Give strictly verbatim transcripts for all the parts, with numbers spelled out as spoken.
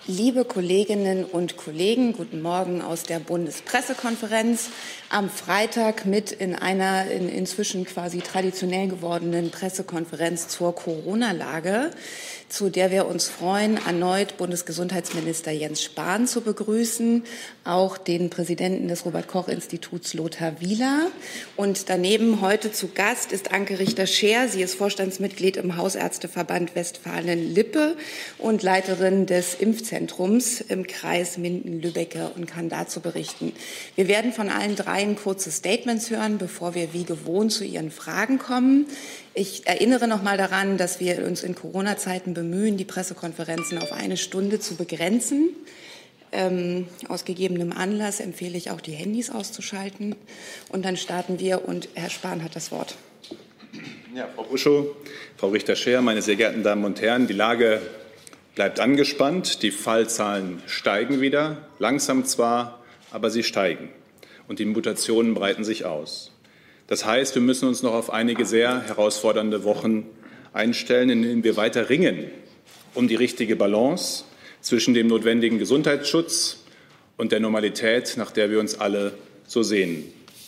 Liebe Kolleginnen und Kollegen, guten Morgen aus der Bundespressekonferenz. Am Freitag mit in einer in inzwischen quasi traditionell gewordenen Pressekonferenz zur Corona-Lage, zu der wir uns freuen, erneut Bundesgesundheitsminister Jens Spahn zu begrüßen, auch den Präsidenten des Robert-Koch-Instituts Lothar Wieler. Und daneben heute zu Gast ist Anke Richter-Scheer. Sie ist Vorstandsmitglied im Hausärzteverband Westfalen-Lippe und Leiterin des Impfzentrums im Kreis Minden-Lübbecke und kann dazu berichten. Wir werden von allen dreien kurze Statements hören, bevor wir wie gewohnt zu Ihren Fragen kommen. Ich erinnere noch mal daran, dass wir uns in Corona-Zeiten bemühen, die Pressekonferenzen auf eine Stunde zu begrenzen. Ähm, aus gegebenem Anlass empfehle ich auch, die Handys auszuschalten. Und dann starten wir und Herr Spahn hat das Wort. Ja, Frau Buschow, Frau Richter-Scheer, meine sehr geehrten Damen und Herren, die Lage bleibt angespannt. Die Fallzahlen steigen wieder, langsam zwar, aber sie steigen. Und die Mutationen breiten sich aus. Das heißt, wir müssen uns noch auf einige sehr herausfordernde Wochen einstellen, in denen wir weiter ringen um die richtige Balance zwischen dem notwendigen Gesundheitsschutz und der Normalität, nach der wir uns alle so sehnen.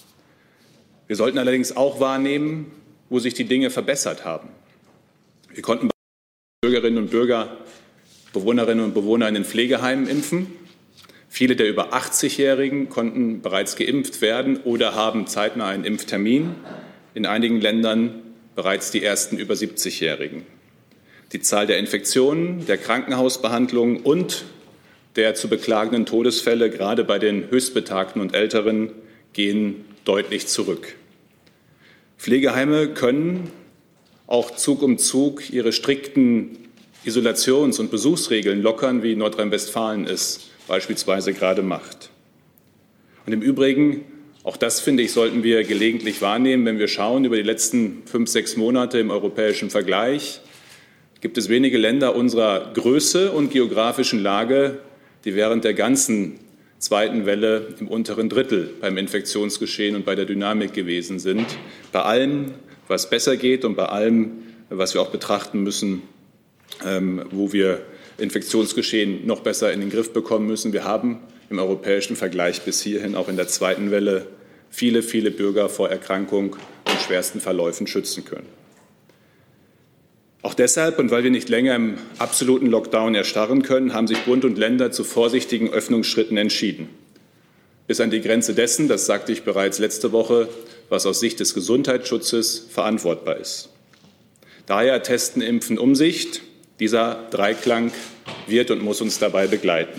Wir sollten allerdings auch wahrnehmen, wo sich die Dinge verbessert haben. Wir konnten Bürgerinnen und Bürger, Bewohnerinnen und Bewohner in den Pflegeheimen impfen. Viele der über achtzig-Jährigen konnten bereits geimpft werden oder haben zeitnah einen Impftermin. In einigen Ländern bereits die ersten über siebzig-Jährigen. Die Zahl der Infektionen, der Krankenhausbehandlungen und der zu beklagenden Todesfälle, gerade bei den Höchstbetagten und Älteren, gehen deutlich zurück. Pflegeheime können auch Zug um Zug ihre strikten Isolations- und Besuchsregeln lockern, wie Nordrhein-Westfalen es beispielsweise gerade macht. Und im Übrigen, auch das, finde ich, sollten wir gelegentlich wahrnehmen, wenn wir schauen über die letzten fünf, sechs Monate im europäischen Vergleich, gibt es wenige Länder unserer Größe und geografischen Lage, die während der ganzen zweiten Welle im unteren Drittel beim Infektionsgeschehen und bei der Dynamik gewesen sind. Bei allem, was besser geht und bei allem, was wir auch betrachten müssen, ähm, wo wir Infektionsgeschehen noch besser in den Griff bekommen müssen. Wir haben im europäischen Vergleich bis hierhin auch in der zweiten Welle viele, viele Bürger vor Erkrankung und schwersten Verläufen schützen können. Auch deshalb und weil wir nicht länger im absoluten Lockdown erstarren können, haben sich Bund und Länder zu vorsichtigen Öffnungsschritten entschieden. Bis an die Grenze dessen, das sagte ich bereits letzte Woche, was aus Sicht des Gesundheitsschutzes verantwortbar ist. Daher Testen, Impfen, Umsicht. Dieser Dreiklang wird und muss uns dabei begleiten.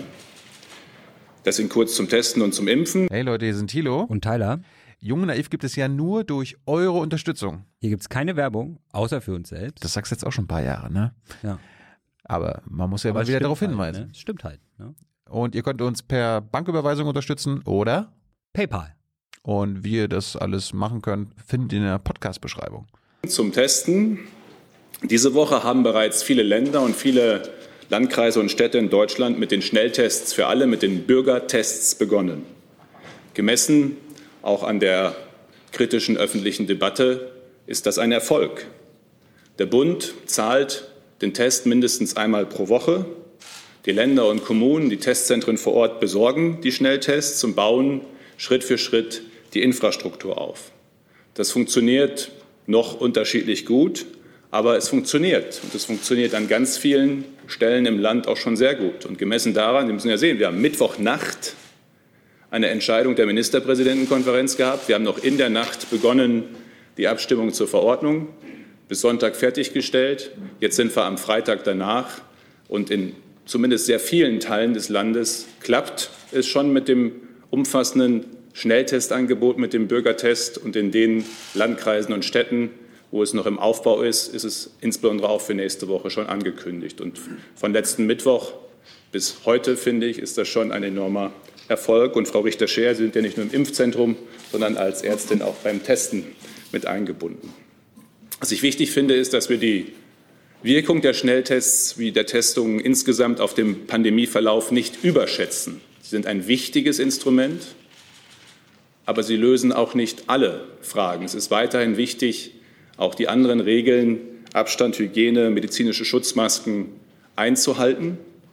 Das sind kurz zum Testen und zum Impfen. Hey Leute, hier sind Thilo und Tyler. Jung und Naiv gibt es ja nur durch eure Unterstützung. Hier gibt es keine Werbung, außer für uns selbst. Das sagst du jetzt auch schon ein paar Jahre, ne? Ja. Aber man muss ja Aber mal wieder darauf halt, hinweisen. Ne? Stimmt halt. Ne? Und ihr könnt uns per Banküberweisung unterstützen oder PayPal. Und wie ihr das alles machen könnt, findet ihr in der Podcast-Beschreibung. Zum Testen. Diese Woche haben bereits viele Länder und viele Landkreise und Städte in Deutschland mit den Schnelltests für alle, mit den Bürgertests begonnen. Gemessen auch an der kritischen öffentlichen Debatte ist das ein Erfolg. Der Bund zahlt den Test mindestens einmal pro Woche. Die Länder und Kommunen, die Testzentren vor Ort besorgen die Schnelltests und bauen Schritt für Schritt die Infrastruktur auf. Das funktioniert noch unterschiedlich gut. Aber es funktioniert und es funktioniert an ganz vielen Stellen im Land auch schon sehr gut. Und gemessen daran, wir müssen ja sehen, wir haben Mittwochnacht eine Entscheidung der Ministerpräsidentenkonferenz gehabt. Wir haben noch in der Nacht begonnen, die Abstimmung zur Verordnung bis Sonntag fertiggestellt. Jetzt sind wir am Freitag danach und in zumindest sehr vielen Teilen des Landes klappt es schon mit dem umfassenden Schnelltestangebot, mit dem Bürgertest und in den Landkreisen und Städten, wo es noch im Aufbau ist, ist es insbesondere auch für nächste Woche schon angekündigt. Und von letzten Mittwoch bis heute, finde ich, ist das schon ein enormer Erfolg. Und Frau Richter-Scheer, Sie sind ja nicht nur im Impfzentrum, sondern als Ärztin auch beim Testen mit eingebunden. Was ich wichtig finde, ist, dass wir die Wirkung der Schnelltests wie der Testungen insgesamt auf dem Pandemieverlauf nicht überschätzen. Sie sind ein wichtiges Instrument, aber sie lösen auch nicht alle Fragen. Es ist weiterhin wichtig, auch die anderen Regeln, Abstand, Hygiene, medizinische Schutzmasken einzuhalten.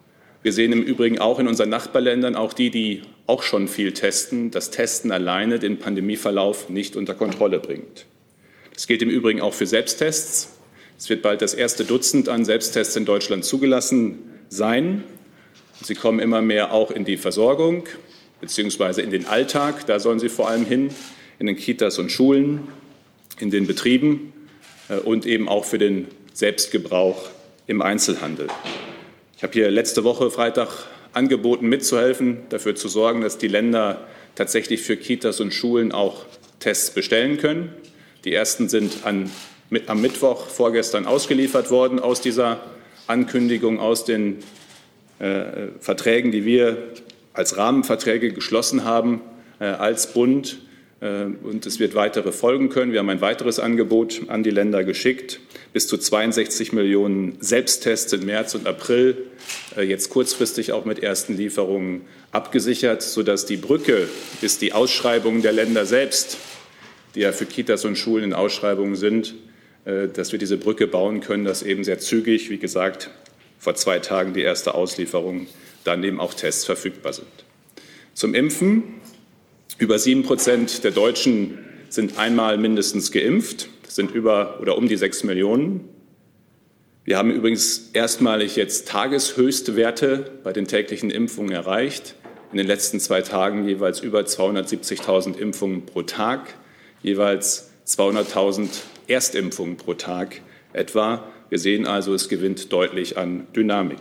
Wir sehen im Übrigen auch in unseren Nachbarländern, auch die, die auch schon viel testen, dass Testen alleine den Pandemieverlauf nicht unter Kontrolle bringt. Das gilt im Übrigen auch für Selbsttests. Es wird bald das erste Dutzend an Selbsttests in Deutschland zugelassen sein. Sie kommen immer mehr auch in die Versorgung bzw. in den Alltag. Da sollen sie vor allem hin, in den Kitas und Schulen, in den Betrieben und eben auch für den Selbstgebrauch im Einzelhandel. Ich habe hier letzte Woche Freitag angeboten, mitzuhelfen, dafür zu sorgen, dass die Länder tatsächlich für Kitas und Schulen auch Tests bestellen können. Die ersten sind an, mit, am Mittwoch vorgestern ausgeliefert worden aus dieser Ankündigung, aus den äh, Verträgen, die wir als Rahmenverträge geschlossen haben äh, als Bund. Und es wird weitere folgen können. Wir haben ein weiteres Angebot an die Länder geschickt. Bis zu zweiundsechzig Millionen Selbsttests im März und April, jetzt kurzfristig auch mit ersten Lieferungen abgesichert, sodass die Brücke, bis die Ausschreibungen der Länder selbst, die ja für Kitas und Schulen in Ausschreibungen sind, dass wir diese Brücke bauen können, dass eben sehr zügig, wie gesagt, vor zwei Tagen die erste Auslieferung, dann eben auch Tests verfügbar sind. Zum Impfen. Über sieben Prozent der Deutschen sind einmal mindestens geimpft. Das sind über oder um die sechs Millionen. Wir haben übrigens erstmalig jetzt tageshöchste Werte bei den täglichen Impfungen erreicht. In den letzten zwei Tagen jeweils über zweihundertsiebzigtausend Impfungen pro Tag, jeweils zweihunderttausend Erstimpfungen pro Tag etwa. Wir sehen also, es gewinnt deutlich an Dynamik.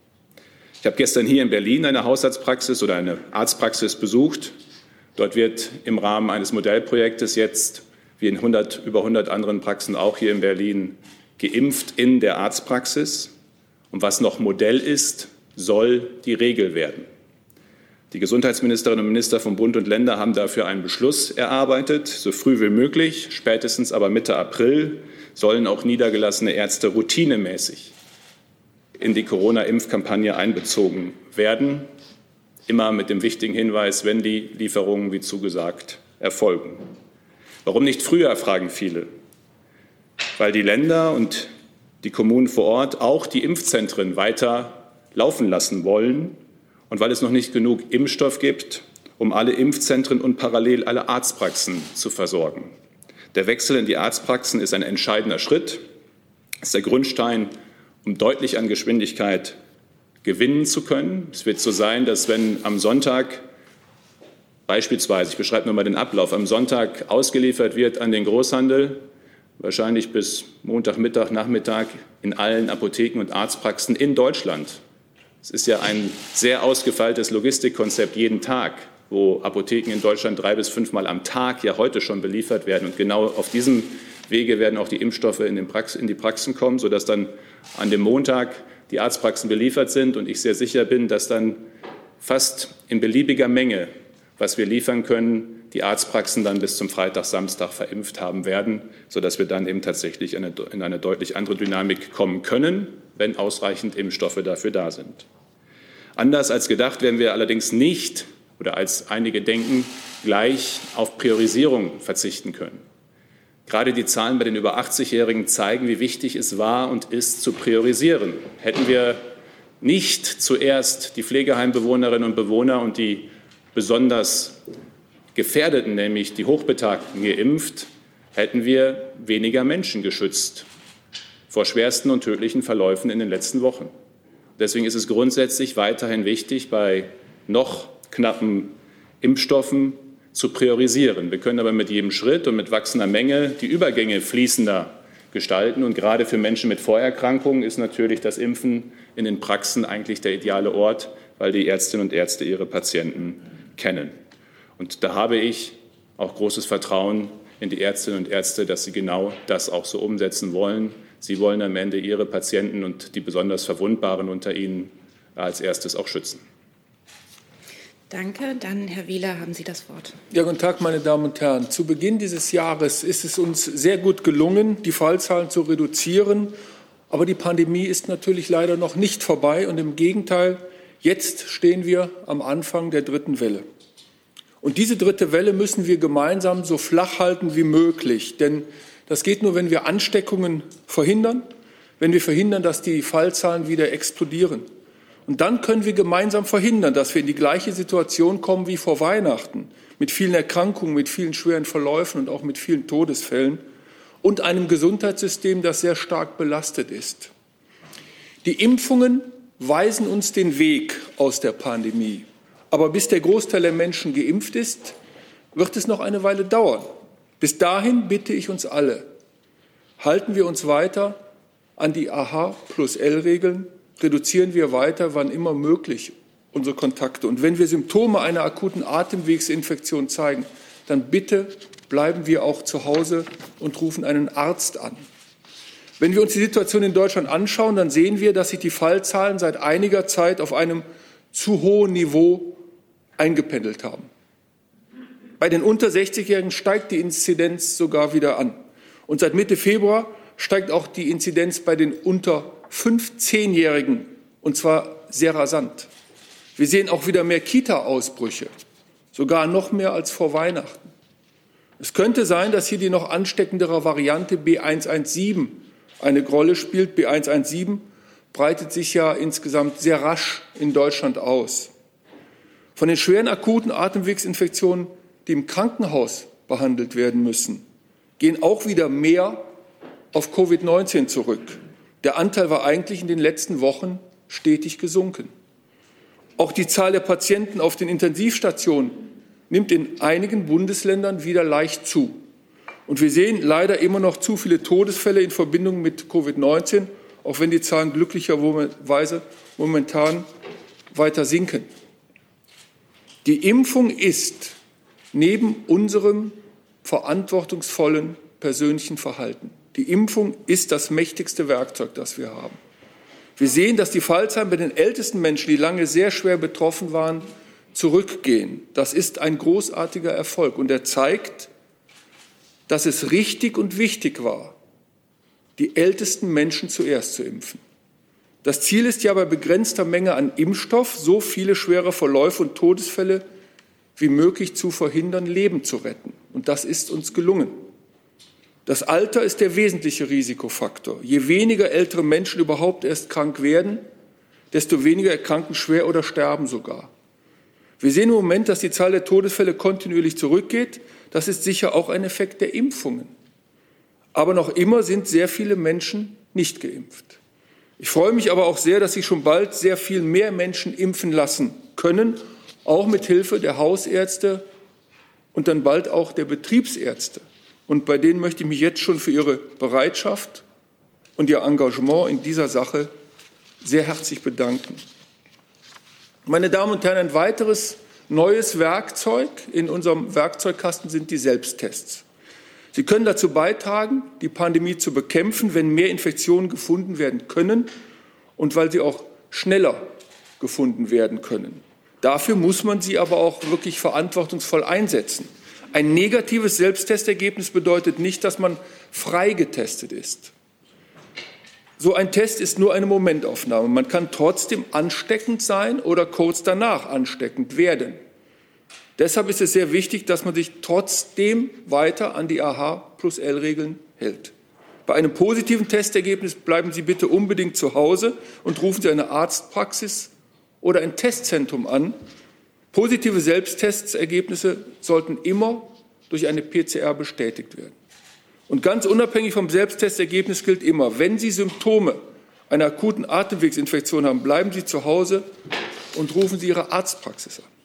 Ich habe gestern hier in Berlin eine Hausarztpraxis oder eine Arztpraxis besucht. Dort wird im Rahmen eines Modellprojektes jetzt, wie in hundert, über hundert anderen Praxen auch hier in Berlin, geimpft in der Arztpraxis. Und was noch Modell ist, soll die Regel werden. Die Gesundheitsministerinnen und Minister von Bund und Länder haben dafür einen Beschluss erarbeitet. So früh wie möglich, spätestens aber Mitte April, sollen auch niedergelassene Ärzte routinemäßig in die Corona-Impfkampagne einbezogen werden. Immer mit dem wichtigen Hinweis, wenn die Lieferungen wie zugesagt erfolgen. Warum nicht früher, fragen viele. Weil die Länder und die Kommunen vor Ort auch die Impfzentren weiter laufen lassen wollen und weil es noch nicht genug Impfstoff gibt, um alle Impfzentren und parallel alle Arztpraxen zu versorgen. Der Wechsel in die Arztpraxen ist ein entscheidender Schritt. Das ist der Grundstein, um deutlich an Geschwindigkeit gewinnen zu können. Es wird so sein, dass wenn am Sonntag beispielsweise, ich beschreibe nur mal den Ablauf, am Sonntag ausgeliefert wird an den Großhandel, wahrscheinlich bis Montagmittag, Nachmittag in allen Apotheken und Arztpraxen in Deutschland. Es ist ja ein sehr ausgefeiltes Logistikkonzept jeden Tag, wo Apotheken in Deutschland drei bis fünfmal am Tag ja heute schon beliefert werden. Und genau auf diesem Wege werden auch die Impfstoffe in, den Prax- in die Praxen kommen, sodass dann an dem Montag die Arztpraxen beliefert sind und ich sehr sicher bin, dass dann fast in beliebiger Menge, was wir liefern können, die Arztpraxen dann bis zum Freitag, Samstag verimpft haben werden, sodass wir dann eben tatsächlich in eine, in eine deutlich andere Dynamik kommen können, wenn ausreichend Impfstoffe dafür da sind. Anders als gedacht werden wir allerdings nicht, oder als einige denken, gleich auf Priorisierung verzichten können. Gerade die Zahlen bei den über achtzig-Jährigen zeigen, wie wichtig es war und ist, zu priorisieren. Hätten wir nicht zuerst die Pflegeheimbewohnerinnen und Bewohner und die besonders Gefährdeten, nämlich die Hochbetagten, geimpft, hätten wir weniger Menschen geschützt vor schwersten und tödlichen Verläufen in den letzten Wochen. Deswegen ist es grundsätzlich weiterhin wichtig, bei noch knappen Impfstoffen zu priorisieren. Wir können aber mit jedem Schritt und mit wachsender Menge die Übergänge fließender gestalten. Und gerade für Menschen mit Vorerkrankungen ist natürlich das Impfen in den Praxen eigentlich der ideale Ort, weil die Ärztinnen und Ärzte ihre Patienten kennen. Und da habe ich auch großes Vertrauen in die Ärztinnen und Ärzte, dass sie genau das auch so umsetzen wollen. Sie wollen am Ende ihre Patienten und die besonders Verwundbaren unter ihnen als erstes auch schützen. Danke. Dann, Herr Wieler, haben Sie das Wort. Ja, guten Tag, meine Damen und Herren. Zu Beginn dieses Jahres ist es uns sehr gut gelungen, die Fallzahlen zu reduzieren. Aber die Pandemie ist natürlich leider noch nicht vorbei. Und im Gegenteil, jetzt stehen wir am Anfang der dritten Welle. Und diese dritte Welle müssen wir gemeinsam so flach halten wie möglich. Denn das geht nur, wenn wir Ansteckungen verhindern, wenn wir verhindern, dass die Fallzahlen wieder explodieren. Und dann können wir gemeinsam verhindern, dass wir in die gleiche Situation kommen wie vor Weihnachten, mit vielen Erkrankungen, mit vielen schweren Verläufen und auch mit vielen Todesfällen und einem Gesundheitssystem, das sehr stark belastet ist. Die Impfungen weisen uns den Weg aus der Pandemie. Aber bis der Großteil der Menschen geimpft ist, wird es noch eine Weile dauern. Bis dahin bitte ich uns alle, halten wir uns weiter an die A H plus L-Regeln, reduzieren wir weiter, wann immer möglich, unsere Kontakte. Und wenn wir Symptome einer akuten Atemwegsinfektion zeigen, dann bitte bleiben wir auch zu Hause und rufen einen Arzt an. Wenn wir uns die Situation in Deutschland anschauen, dann sehen wir, dass sich die Fallzahlen seit einiger Zeit auf einem zu hohen Niveau eingependelt haben. Bei den unter sechzig-Jährigen steigt die Inzidenz sogar wieder an. Und seit Mitte Februar steigt auch die Inzidenz bei den unter fünfzehnjährigen, und zwar sehr rasant. Wir sehen auch wieder mehr Kita-Ausbrüche, sogar noch mehr als vor Weihnachten. Es könnte sein, dass hier die noch ansteckendere Variante B eins eins sieben eine Rolle spielt. B eins eins sieben breitet sich ja insgesamt sehr rasch in Deutschland aus. Von den schweren akuten Atemwegsinfektionen, die im Krankenhaus behandelt werden müssen, gehen auch wieder mehr auf Covid neunzehn zurück. Der Anteil war eigentlich in den letzten Wochen stetig gesunken. Auch die Zahl der Patienten auf den Intensivstationen nimmt in einigen Bundesländern wieder leicht zu. Und wir sehen leider immer noch zu viele Todesfälle in Verbindung mit Covid neunzehn, auch wenn die Zahlen glücklicherweise momentan weiter sinken. Die Impfung ist neben unserem verantwortungsvollen persönlichen Verhalten, die Impfung ist das mächtigste Werkzeug, das wir haben. Wir sehen, dass die Fallzahlen bei den ältesten Menschen, die lange sehr schwer betroffen waren, zurückgehen. Das ist ein großartiger Erfolg und er zeigt, dass es richtig und wichtig war, die ältesten Menschen zuerst zu impfen. Das Ziel ist ja bei begrenzter Menge an Impfstoff, so viele schwere Verläufe und Todesfälle wie möglich zu verhindern, Leben zu retten. Und das ist uns gelungen. Das Alter ist der wesentliche Risikofaktor. Je weniger ältere Menschen überhaupt erst krank werden, desto weniger erkranken schwer oder sterben sogar. Wir sehen im Moment, dass die Zahl der Todesfälle kontinuierlich zurückgeht. Das ist sicher auch ein Effekt der Impfungen. Aber noch immer sind sehr viele Menschen nicht geimpft. Ich freue mich aber auch sehr, dass sich schon bald sehr viel mehr Menschen impfen lassen können, auch mit Hilfe der Hausärzte und dann bald auch der Betriebsärzte. Und bei denen möchte ich mich jetzt schon für ihre Bereitschaft und ihr Engagement in dieser Sache sehr herzlich bedanken. Meine Damen und Herren, ein weiteres neues Werkzeug in unserem Werkzeugkasten sind die Selbsttests. Sie können dazu beitragen, die Pandemie zu bekämpfen, wenn mehr Infektionen gefunden werden können und weil sie auch schneller gefunden werden können. Dafür muss man sie aber auch wirklich verantwortungsvoll einsetzen. Ein negatives Selbsttestergebnis bedeutet nicht, dass man frei getestet ist. So ein Test ist nur eine Momentaufnahme. Man kann trotzdem ansteckend sein oder kurz danach ansteckend werden. Deshalb ist es sehr wichtig, dass man sich trotzdem weiter an die A H plus L-Regeln hält. Bei einem positiven Testergebnis bleiben Sie bitte unbedingt zu Hause und rufen Sie eine Arztpraxis oder ein Testzentrum an. Positive Selbsttestsergebnisse sollten immer durch eine P C R bestätigt werden. Und ganz unabhängig vom Selbsttestergebnis gilt immer, wenn Sie Symptome einer akuten Atemwegsinfektion haben, bleiben Sie zu Hause und rufen Sie Ihre Arztpraxis an.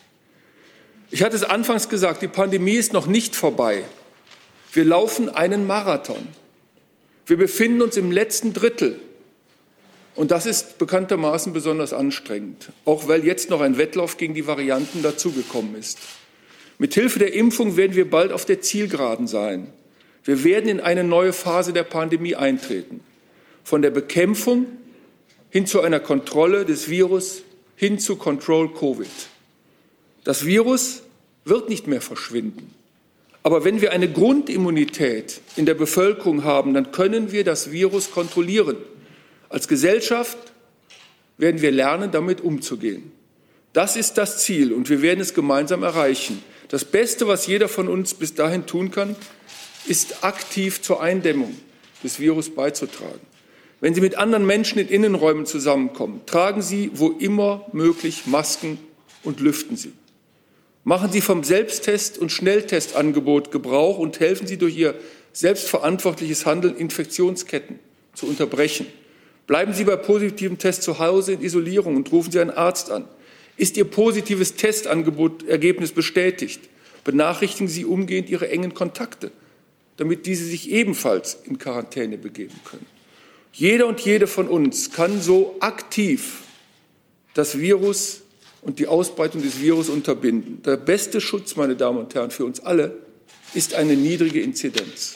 Ich hatte es anfangs gesagt, die Pandemie ist noch nicht vorbei. Wir laufen einen Marathon. Wir befinden uns im letzten Drittel. Und das ist bekanntermaßen besonders anstrengend, auch weil jetzt noch ein Wettlauf gegen die Varianten dazugekommen ist. Mit Hilfe der Impfung werden wir bald auf der Zielgeraden sein. Wir werden in eine neue Phase der Pandemie eintreten. Von der Bekämpfung hin zu einer Kontrolle des Virus, hin zu Control Covid. Das Virus wird nicht mehr verschwinden. Aber wenn wir eine Grundimmunität in der Bevölkerung haben, dann können wir das Virus kontrollieren. Als Gesellschaft werden wir lernen, damit umzugehen. Das ist das Ziel und wir werden es gemeinsam erreichen. Das Beste, was jeder von uns bis dahin tun kann, ist aktiv zur Eindämmung des Virus beizutragen. Wenn Sie mit anderen Menschen in Innenräumen zusammenkommen, tragen Sie wo immer möglich Masken und lüften Sie. Machen Sie vom Selbsttest- und Schnelltestangebot Gebrauch und helfen Sie durch Ihr selbstverantwortliches Handeln, Infektionsketten zu unterbrechen. Bleiben Sie bei positivem Test zu Hause in Isolierung und rufen Sie einen Arzt an. Ist Ihr positives Testangebot Ergebnis bestätigt, benachrichtigen Sie umgehend Ihre engen Kontakte, damit diese sich ebenfalls in Quarantäne begeben können. Jeder und jede von uns kann so aktiv das Virus und die Ausbreitung des Virus unterbinden. Der beste Schutz, meine Damen und Herren, für uns alle ist eine niedrige Inzidenz.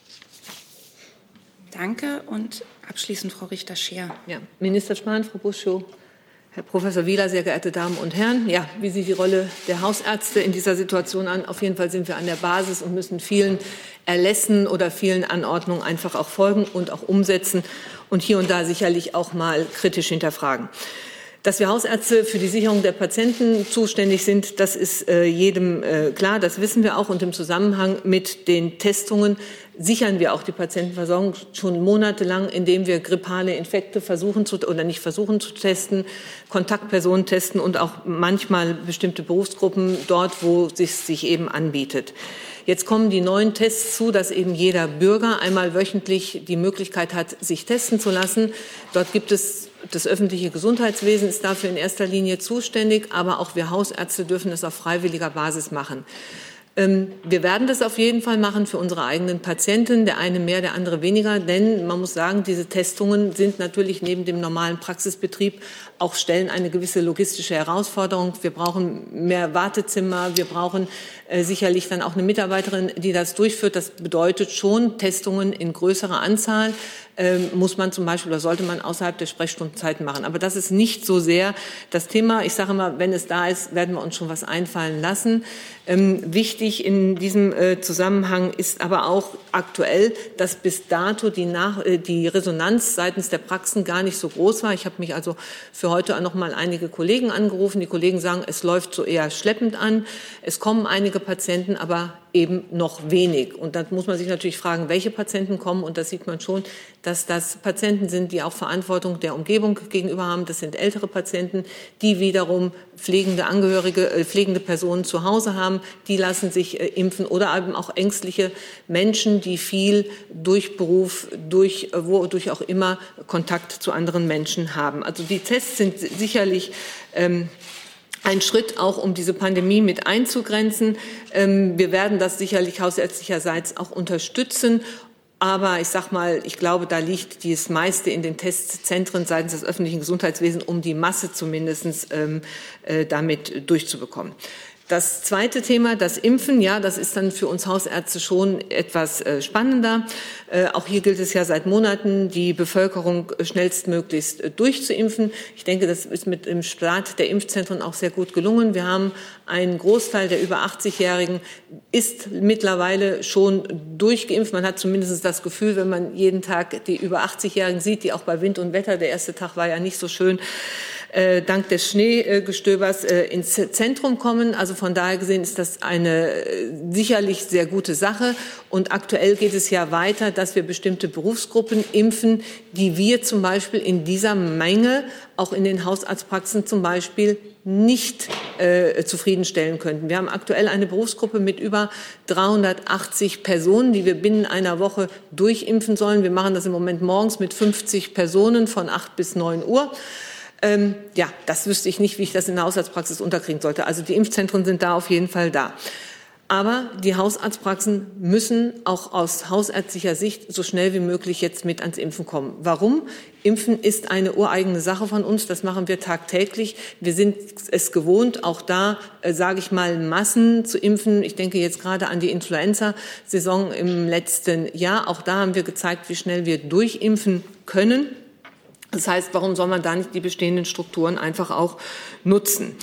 Danke. Und abschließend Frau Richter-Scheer. Ja, Minister Spahn, Frau Buschow, Herr Professor Wieler, sehr geehrte Damen und Herren. Ja, wie sieht die Rolle der Hausärzte in dieser Situation an? Auf jeden Fall sind wir an der Basis und müssen vielen Erlässen oder vielen Anordnungen einfach auch folgen und auch umsetzen und hier und da sicherlich auch mal kritisch hinterfragen. Dass wir Hausärzte für die Sicherung der Patienten zuständig sind, das ist äh, jedem äh, klar, das wissen wir auch. Und im Zusammenhang mit den Testungen sichern wir auch die Patientenversorgung schon monatelang, indem wir grippale Infekte versuchen zu, oder nicht versuchen zu testen, Kontaktpersonen testen und auch manchmal bestimmte Berufsgruppen dort, wo es sich eben anbietet. Jetzt kommen die neuen Tests zu, dass eben jeder Bürger einmal wöchentlich die Möglichkeit hat, sich testen zu lassen. Dort gibt es das öffentliche Gesundheitswesen ist dafür in erster Linie zuständig, aber auch wir Hausärzte dürfen das auf freiwilliger Basis machen. Ähm, wir werden das auf jeden Fall machen für unsere eigenen Patienten, der eine mehr, der andere weniger, denn man muss sagen, diese Testungen sind natürlich neben dem normalen Praxisbetrieb auch stellen eine gewisse logistische Herausforderung. Wir brauchen mehr Wartezimmer, wir brauchen äh, sicherlich dann auch eine Mitarbeiterin, die das durchführt. Das bedeutet schon Testungen in größerer Anzahl. Ähm, muss man zum Beispiel oder sollte man außerhalb der Sprechstundenzeiten machen. Aber das ist nicht so sehr das Thema. Ich sage immer, wenn es da ist, werden wir uns schon was einfallen lassen. Ähm, wichtig in diesem äh, Zusammenhang ist aber auch aktuell, dass bis dato die, Nach äh, die Resonanz seitens der Praxen gar nicht so groß war. Ich habe mich also für heute noch mal einige Kollegen angerufen. Die Kollegen sagen, es läuft so eher schleppend an. Es kommen einige Patienten, aber eben noch wenig. Und dann muss man sich natürlich fragen, welche Patienten kommen. Und das sieht man schon, dass das Patienten sind, die auch Verantwortung der Umgebung gegenüber haben. Das sind ältere Patienten, die wiederum pflegende Angehörige, äh, pflegende Personen zu Hause haben. Die lassen sich äh, impfen oder eben auch ängstliche Menschen, die viel durch Beruf, durch äh, wodurch auch immer Kontakt zu anderen Menschen haben. Also die Tests sind sicherlich ähm, ein Schritt auch, um diese Pandemie mit einzugrenzen. Wir werden das sicherlich hausärztlicherseits auch unterstützen. Aber ich sag mal, ich glaube, da liegt das meiste in den Testzentren seitens des öffentlichen Gesundheitswesens, um die Masse zumindest ähm, äh, damit durchzubekommen. Das zweite Thema, das Impfen, ja, das ist dann für uns Hausärzte schon etwas äh, spannender. Äh, auch hier gilt es ja seit Monaten, die Bevölkerung schnellstmöglichst äh, durchzuimpfen. Ich denke, das ist mit dem Start der Impfzentren auch sehr gut gelungen. Wir haben einen Großteil der über achtzig-Jährigen ist mittlerweile schon durchgeimpft. Man hat zumindest das Gefühl, wenn man jeden Tag die über achtzig-Jährigen sieht, die auch bei Wind und Wetter, der erste Tag war ja nicht so schön, Äh, dank des Schneegestöbers äh, ins Zentrum kommen. Also von daher gesehen ist das eine äh, sicherlich sehr gute Sache. Und aktuell geht es ja weiter, dass wir bestimmte Berufsgruppen impfen, die wir zum Beispiel in dieser Menge auch in den Hausarztpraxen zum Beispiel nicht äh, zufriedenstellen könnten. Wir haben aktuell eine Berufsgruppe mit über dreihundertachtzig Personen, die wir binnen einer Woche durchimpfen sollen. Wir machen das im Moment morgens mit fünfzig Personen von acht bis neun Uhr. Ähm, ja, das wüsste ich nicht, wie ich das in der Hausarztpraxis unterkriegen sollte. Also die Impfzentren sind da auf jeden Fall da. Aber die Hausarztpraxen müssen auch aus hausärztlicher Sicht so schnell wie möglich jetzt mit ans Impfen kommen. Warum? Impfen ist eine ureigene Sache von uns. Das machen wir tagtäglich. Wir sind es gewohnt, auch da, äh, sage ich mal, Massen zu impfen. Ich denke jetzt gerade an die Influenza-Saison im letzten Jahr. Auch da haben wir gezeigt, wie schnell wir durchimpfen können. Das heißt, warum soll man da nicht die bestehenden Strukturen einfach auch nutzen?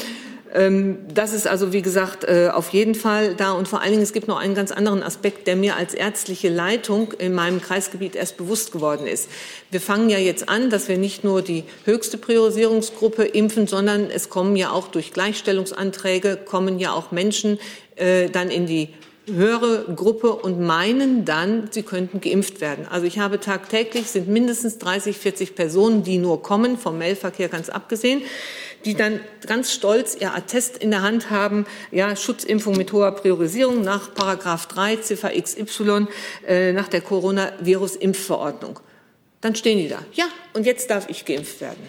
Das ist also, wie gesagt, auf jeden Fall da. Und vor allen Dingen, es gibt noch einen ganz anderen Aspekt, der mir als ärztliche Leitung in meinem Kreisgebiet erst bewusst geworden ist. Wir fangen ja jetzt an, dass wir nicht nur die höchste Priorisierungsgruppe impfen, sondern es kommen ja auch durch Gleichstellungsanträge, kommen ja auch Menschen äh, dann in die höhere Gruppe und meinen dann, sie könnten geimpft werden. Also ich habe tagtäglich, sind mindestens dreißig, vierzig Personen, die nur kommen, vom Mailverkehr ganz abgesehen, die dann ganz stolz ihr Attest in der Hand haben, ja, Schutzimpfung mit hoher Priorisierung nach Paragraph drei, Ziffer X Y, äh, nach der Coronavirus-Impfverordnung. Dann stehen die da. Ja, und jetzt darf ich geimpft werden.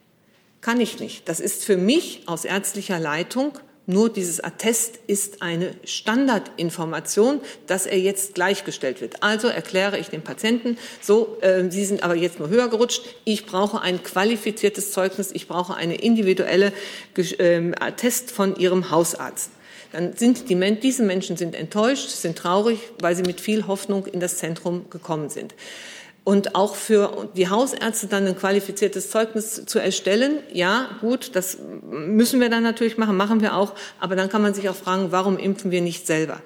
Kann ich nicht. Das ist für mich aus ärztlicher Leitung, nur dieses Attest ist eine Standardinformation, dass er jetzt gleichgestellt wird. Also erkläre ich dem Patienten, so, äh, Sie sind aber jetzt nur höher gerutscht, ich brauche ein qualifiziertes Zeugnis, ich brauche eine individuelle äh, Attest von Ihrem Hausarzt. Dann sind die, diese Menschen sind enttäuscht, sind traurig, weil sie mit viel Hoffnung in das Zentrum gekommen sind. Und auch für die Hausärzte dann ein qualifiziertes Zeugnis zu erstellen, ja, gut, das müssen wir dann natürlich machen, machen wir auch. Aber dann kann man sich auch fragen, warum impfen wir nicht selber?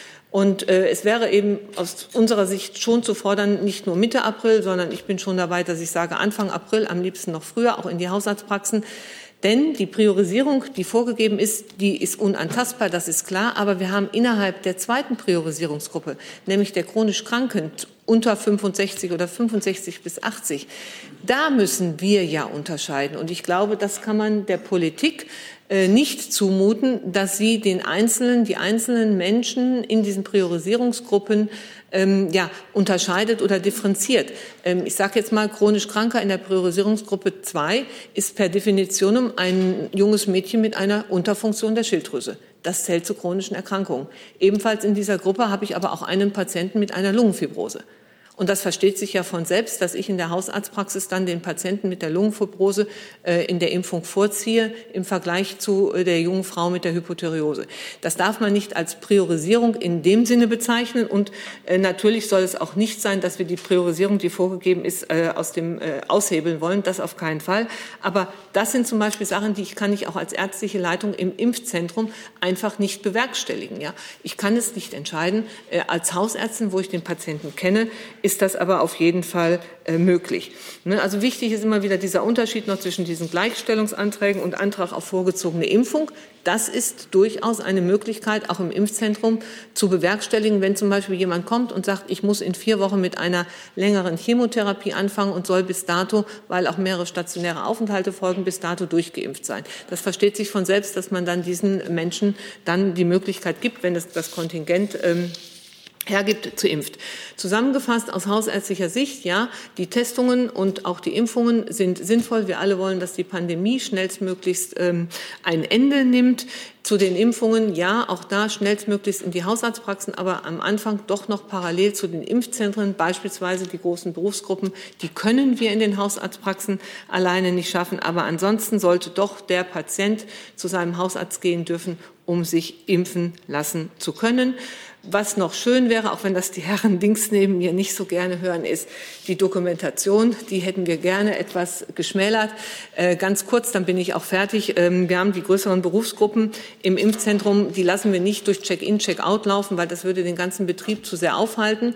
Und äh, es wäre eben aus unserer Sicht schon zu fordern, nicht nur Mitte April, sondern ich bin schon dabei, dass ich sage Anfang April, am liebsten noch früher, auch in die Hausarztpraxen. Denn die Priorisierung, die vorgegeben ist, die ist unantastbar, das ist klar. Aber wir haben innerhalb der zweiten Priorisierungsgruppe, nämlich der chronisch Kranken, unter fünfundsechzig oder fünfundsechzig bis achtzig, da müssen wir ja unterscheiden. Und ich glaube, das kann man der Politik äh, nicht zumuten, dass sie den einzelnen, die einzelnen Menschen in diesen Priorisierungsgruppen ähm, ja, unterscheidet oder differenziert. Ähm, ich sage jetzt mal, chronisch Kranker in der Priorisierungsgruppe zwei ist per Definition ein junges Mädchen mit einer Unterfunktion der Schilddrüse. Das zählt zu chronischen Erkrankungen. Ebenfalls in dieser Gruppe habe ich aber auch einen Patienten mit einer Lungenfibrose. Und das versteht sich ja von selbst, dass ich in der Hausarztpraxis dann den Patienten mit der Lungenfibrose äh, in der Impfung vorziehe im Vergleich zu äh, der jungen Frau mit der Hypothyreose. Das darf man nicht als Priorisierung in dem Sinne bezeichnen. Und äh, natürlich soll es auch nicht sein, dass wir die Priorisierung, die vorgegeben ist, äh, aus dem äh, aushebeln wollen. Das auf keinen Fall. Aber das sind zum Beispiel Sachen, die ich kann ich auch als ärztliche Leitung im Impfzentrum einfach nicht bewerkstelligen. Ja, ich kann es nicht entscheiden. Äh, als Hausärztin, wo ich den Patienten kenne, ist das aber auf jeden Fall äh, möglich. Ne? Also wichtig ist immer wieder dieser Unterschied noch zwischen diesen Gleichstellungsanträgen und Antrag auf vorgezogene Impfung. Das ist durchaus eine Möglichkeit, auch im Impfzentrum zu bewerkstelligen, wenn zum Beispiel jemand kommt und sagt, ich muss in vier Wochen mit einer längeren Chemotherapie anfangen und soll bis dato, weil auch mehrere stationäre Aufenthalte folgen, bis dato durchgeimpft sein. Das versteht sich von selbst, dass man dann diesen Menschen dann die Möglichkeit gibt, wenn es das Kontingent ähm, hergibt, zu impft. Zusammengefasst aus hausärztlicher Sicht, ja, die Testungen und auch die Impfungen sind sinnvoll. Wir alle wollen, dass die Pandemie schnellstmöglichst ähm, ein Ende nimmt. Zu den Impfungen, ja, auch da schnellstmöglichst in die Hausarztpraxen, aber am Anfang doch noch parallel zu den Impfzentren, beispielsweise die großen Berufsgruppen, die können wir in den Hausarztpraxen alleine nicht schaffen. Aber ansonsten sollte doch der Patient zu seinem Hausarzt gehen dürfen, um sich impfen lassen zu können. Was noch schön wäre, auch wenn das die Herren links neben mir nicht so gerne hören, ist die Dokumentation. Die hätten wir gerne etwas geschmälert. Äh, ganz kurz, dann bin ich auch fertig. Ähm, wir haben die größeren Berufsgruppen im Impfzentrum. Die lassen wir nicht durch Check-in, Check-out laufen, weil das würde den ganzen Betrieb zu sehr aufhalten.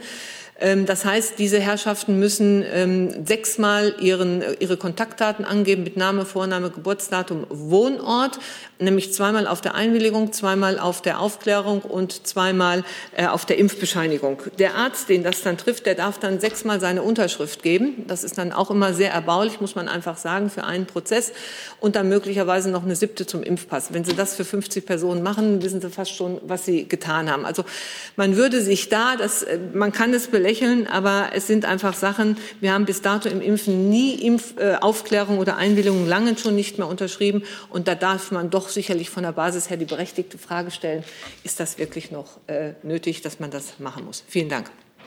Das heißt, diese Herrschaften müssen ähm, sechsmal ihren, ihre Kontaktdaten angeben mit Name, Vorname, Geburtsdatum, Wohnort, nämlich zweimal auf der Einwilligung, zweimal auf der Aufklärung und zweimal äh, auf der Impfbescheinigung. Der Arzt, den das dann trifft, der darf dann sechsmal seine Unterschrift geben. Das ist dann auch immer sehr erbaulich, muss man einfach sagen, für einen Prozess und dann möglicherweise noch eine siebte zum Impfpass. Wenn Sie das für fünfzig Personen machen, wissen Sie fast schon, was Sie getan haben. Also man würde sich da, das, man kann es belächeln, aber es sind einfach Sachen, wir haben bis dato im Impfen nie Impfaufklärung oder Einwilligung lange schon nicht mehr unterschrieben. Und da darf man doch sicherlich von der Basis her die berechtigte Frage stellen, ist das wirklich noch äh, nötig, dass man das machen muss? Vielen Dank.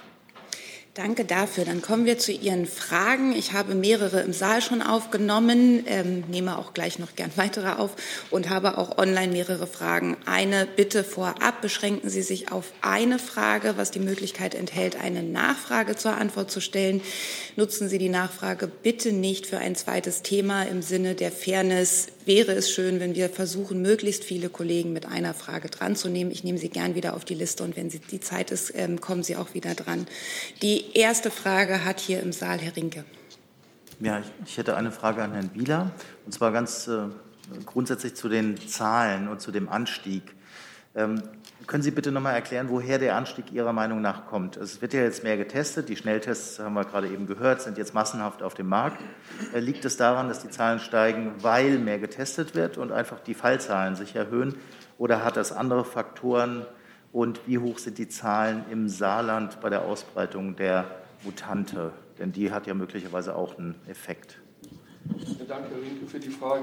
Danke dafür. Dann kommen wir zu Ihren Fragen. Ich habe mehrere im Saal schon aufgenommen, ähm, nehme auch gleich noch gern weitere auf und habe auch online mehrere Fragen. Eine Bitte vorab, beschränken Sie sich auf eine Frage, was die Möglichkeit enthält, eine Nachfrage zur Antwort zu stellen. Nutzen Sie die Nachfrage bitte nicht für ein zweites Thema. Im Sinne der Fairness wäre es schön, wenn wir versuchen, möglichst viele Kollegen mit einer Frage dran zu nehmen. Ich nehme Sie gern wieder auf die Liste und wenn Sie, die Zeit ist, ähm, kommen Sie auch wieder dran. Die Die erste Frage hat hier im Saal Herr Rinke. Ja, ich, ich hätte eine Frage an Herrn Wieler, und zwar ganz äh, grundsätzlich zu den Zahlen und zu dem Anstieg. Ähm, können Sie bitte noch mal erklären, woher der Anstieg Ihrer Meinung nach kommt? Es wird ja jetzt mehr getestet. Die Schnelltests, haben wir gerade eben gehört, sind jetzt massenhaft auf dem Markt. Äh, liegt es daran, dass die Zahlen steigen, weil mehr getestet wird und einfach die Fallzahlen sich erhöhen? Oder hat das andere Faktoren? Und wie hoch sind die Zahlen im Saarland bei der Ausbreitung der Mutante? Denn die hat ja möglicherweise auch einen Effekt. Danke, Herr Rinke, für die Frage.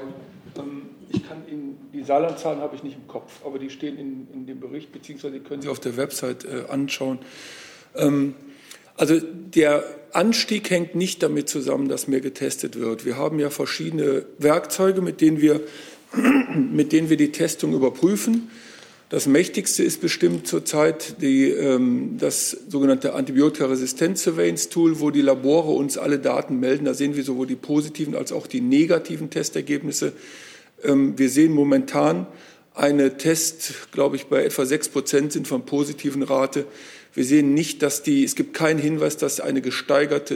Ich kann Ihnen, die Saarlandzahlen habe ich nicht im Kopf, aber die stehen in, in dem Bericht, beziehungsweise die können Sie auf der Website äh, anschauen. Ähm, also der Anstieg hängt nicht damit zusammen, dass mehr getestet wird. Wir haben ja verschiedene Werkzeuge, mit denen wir, mit denen wir die Testung überprüfen. Das mächtigste ist bestimmt zurzeit die, ähm, das sogenannte Antibiotika-Resistent-Surveillance-Tool, wo die Labore uns alle Daten melden. Da sehen wir sowohl die positiven als auch die negativen Testergebnisse. Ähm, wir sehen momentan eine Test, glaube ich, bei etwa sechs Prozent sind von positiven Rate. Wir sehen nicht, dass die, es gibt keinen Hinweis, dass eine gesteigerte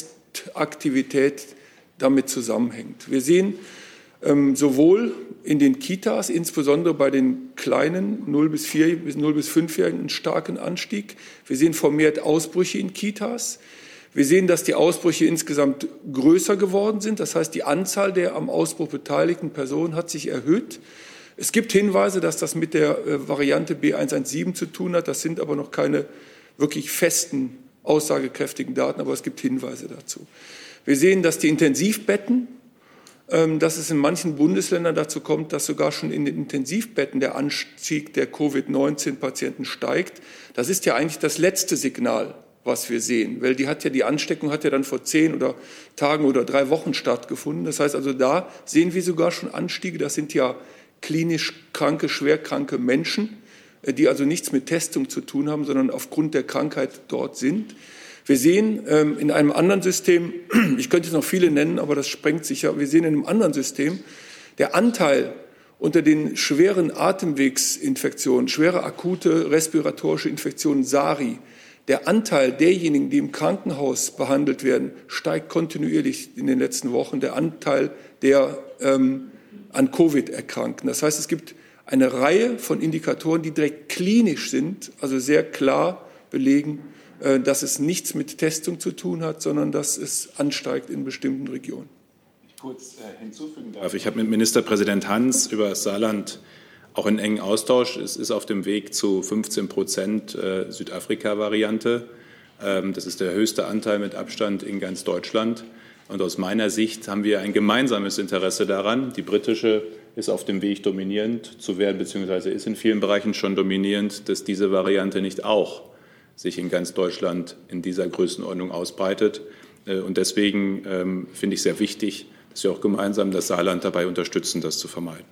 Testaktivität damit zusammenhängt. Wir sehen ähm, sowohl in den Kitas, insbesondere bei den kleinen null bis vier bis null bis fünfjährigen, einen starken Anstieg. Wir sehen vermehrt Ausbrüche in Kitas. Wir sehen, dass die Ausbrüche insgesamt größer geworden sind. Das heißt, die Anzahl der am Ausbruch beteiligten Personen hat sich erhöht. Es gibt Hinweise, dass das mit der Variante B eins eins sieben zu tun hat. Das sind aber noch keine wirklich festen, aussagekräftigen Daten, aber es gibt Hinweise dazu. Wir sehen, dass die Intensivbetten, dass es in manchen Bundesländern dazu kommt, dass sogar schon in den Intensivbetten der Anstieg der Covid neunzehn Patienten steigt. Das ist ja eigentlich das letzte Signal, was wir sehen, weil die hat ja die Ansteckung hat ja dann vor zehn oder Tagen oder drei Wochen stattgefunden. Das heißt also, da sehen wir sogar schon Anstiege. Das sind ja klinisch kranke, schwerkranke Menschen, die also nichts mit Testung zu tun haben, sondern aufgrund der Krankheit dort sind. Wir sehen ähm, in einem anderen System, ich könnte jetzt noch viele nennen, aber das sprengt sich ja, wir sehen in einem anderen System, der Anteil unter den schweren Atemwegsinfektionen, schwere akute respiratorische Infektionen, SARI, der Anteil derjenigen, die im Krankenhaus behandelt werden, steigt kontinuierlich in den letzten Wochen, der Anteil der ähm, an Covid erkranken. Das heißt, es gibt eine Reihe von Indikatoren, die direkt klinisch sind, also sehr klar belegen, dass es nichts mit Testung zu tun hat, sondern dass es ansteigt in bestimmten Regionen. Ich kurz äh, hinzufügen darf. Ich habe mit Ministerpräsident Hans über das Saarland auch einen engen Austausch. Es ist auf dem Weg zu fünfzehn Prozent äh, Südafrika-Variante. Ähm, das ist der höchste Anteil mit Abstand in ganz Deutschland. Und aus meiner Sicht haben wir ein gemeinsames Interesse daran. Die britische ist auf dem Weg, dominierend zu werden, beziehungsweise ist in vielen Bereichen schon dominierend, dass diese Variante nicht auch sich in ganz Deutschland in dieser Größenordnung ausbreitet. Und deswegen ähm, finde ich sehr wichtig, dass wir auch gemeinsam das Saarland dabei unterstützen, das zu vermeiden.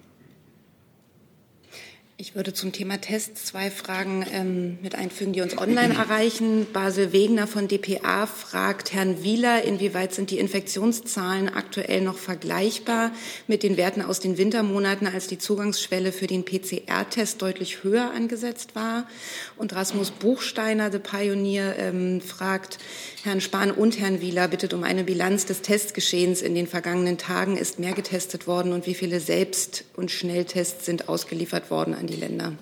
Ich würde zum Thema Tests zwei Fragen ähm, mit einfügen, die uns online erreichen. Basel Wegner von d p a fragt Herrn Wieler, inwieweit sind die Infektionszahlen aktuell noch vergleichbar mit den Werten aus den Wintermonaten, als die Zugangsschwelle für den P C R-Test deutlich höher angesetzt war? Und Rasmus Buchsteiner, The Pioneer, ähm, fragt Herrn Spahn und Herrn Wieler, bittet um eine Bilanz des Testgeschehens in den vergangenen Tagen. Ist mehr getestet worden und wie viele Selbst- und Schnelltests sind ausgeliefert worden an die Länder?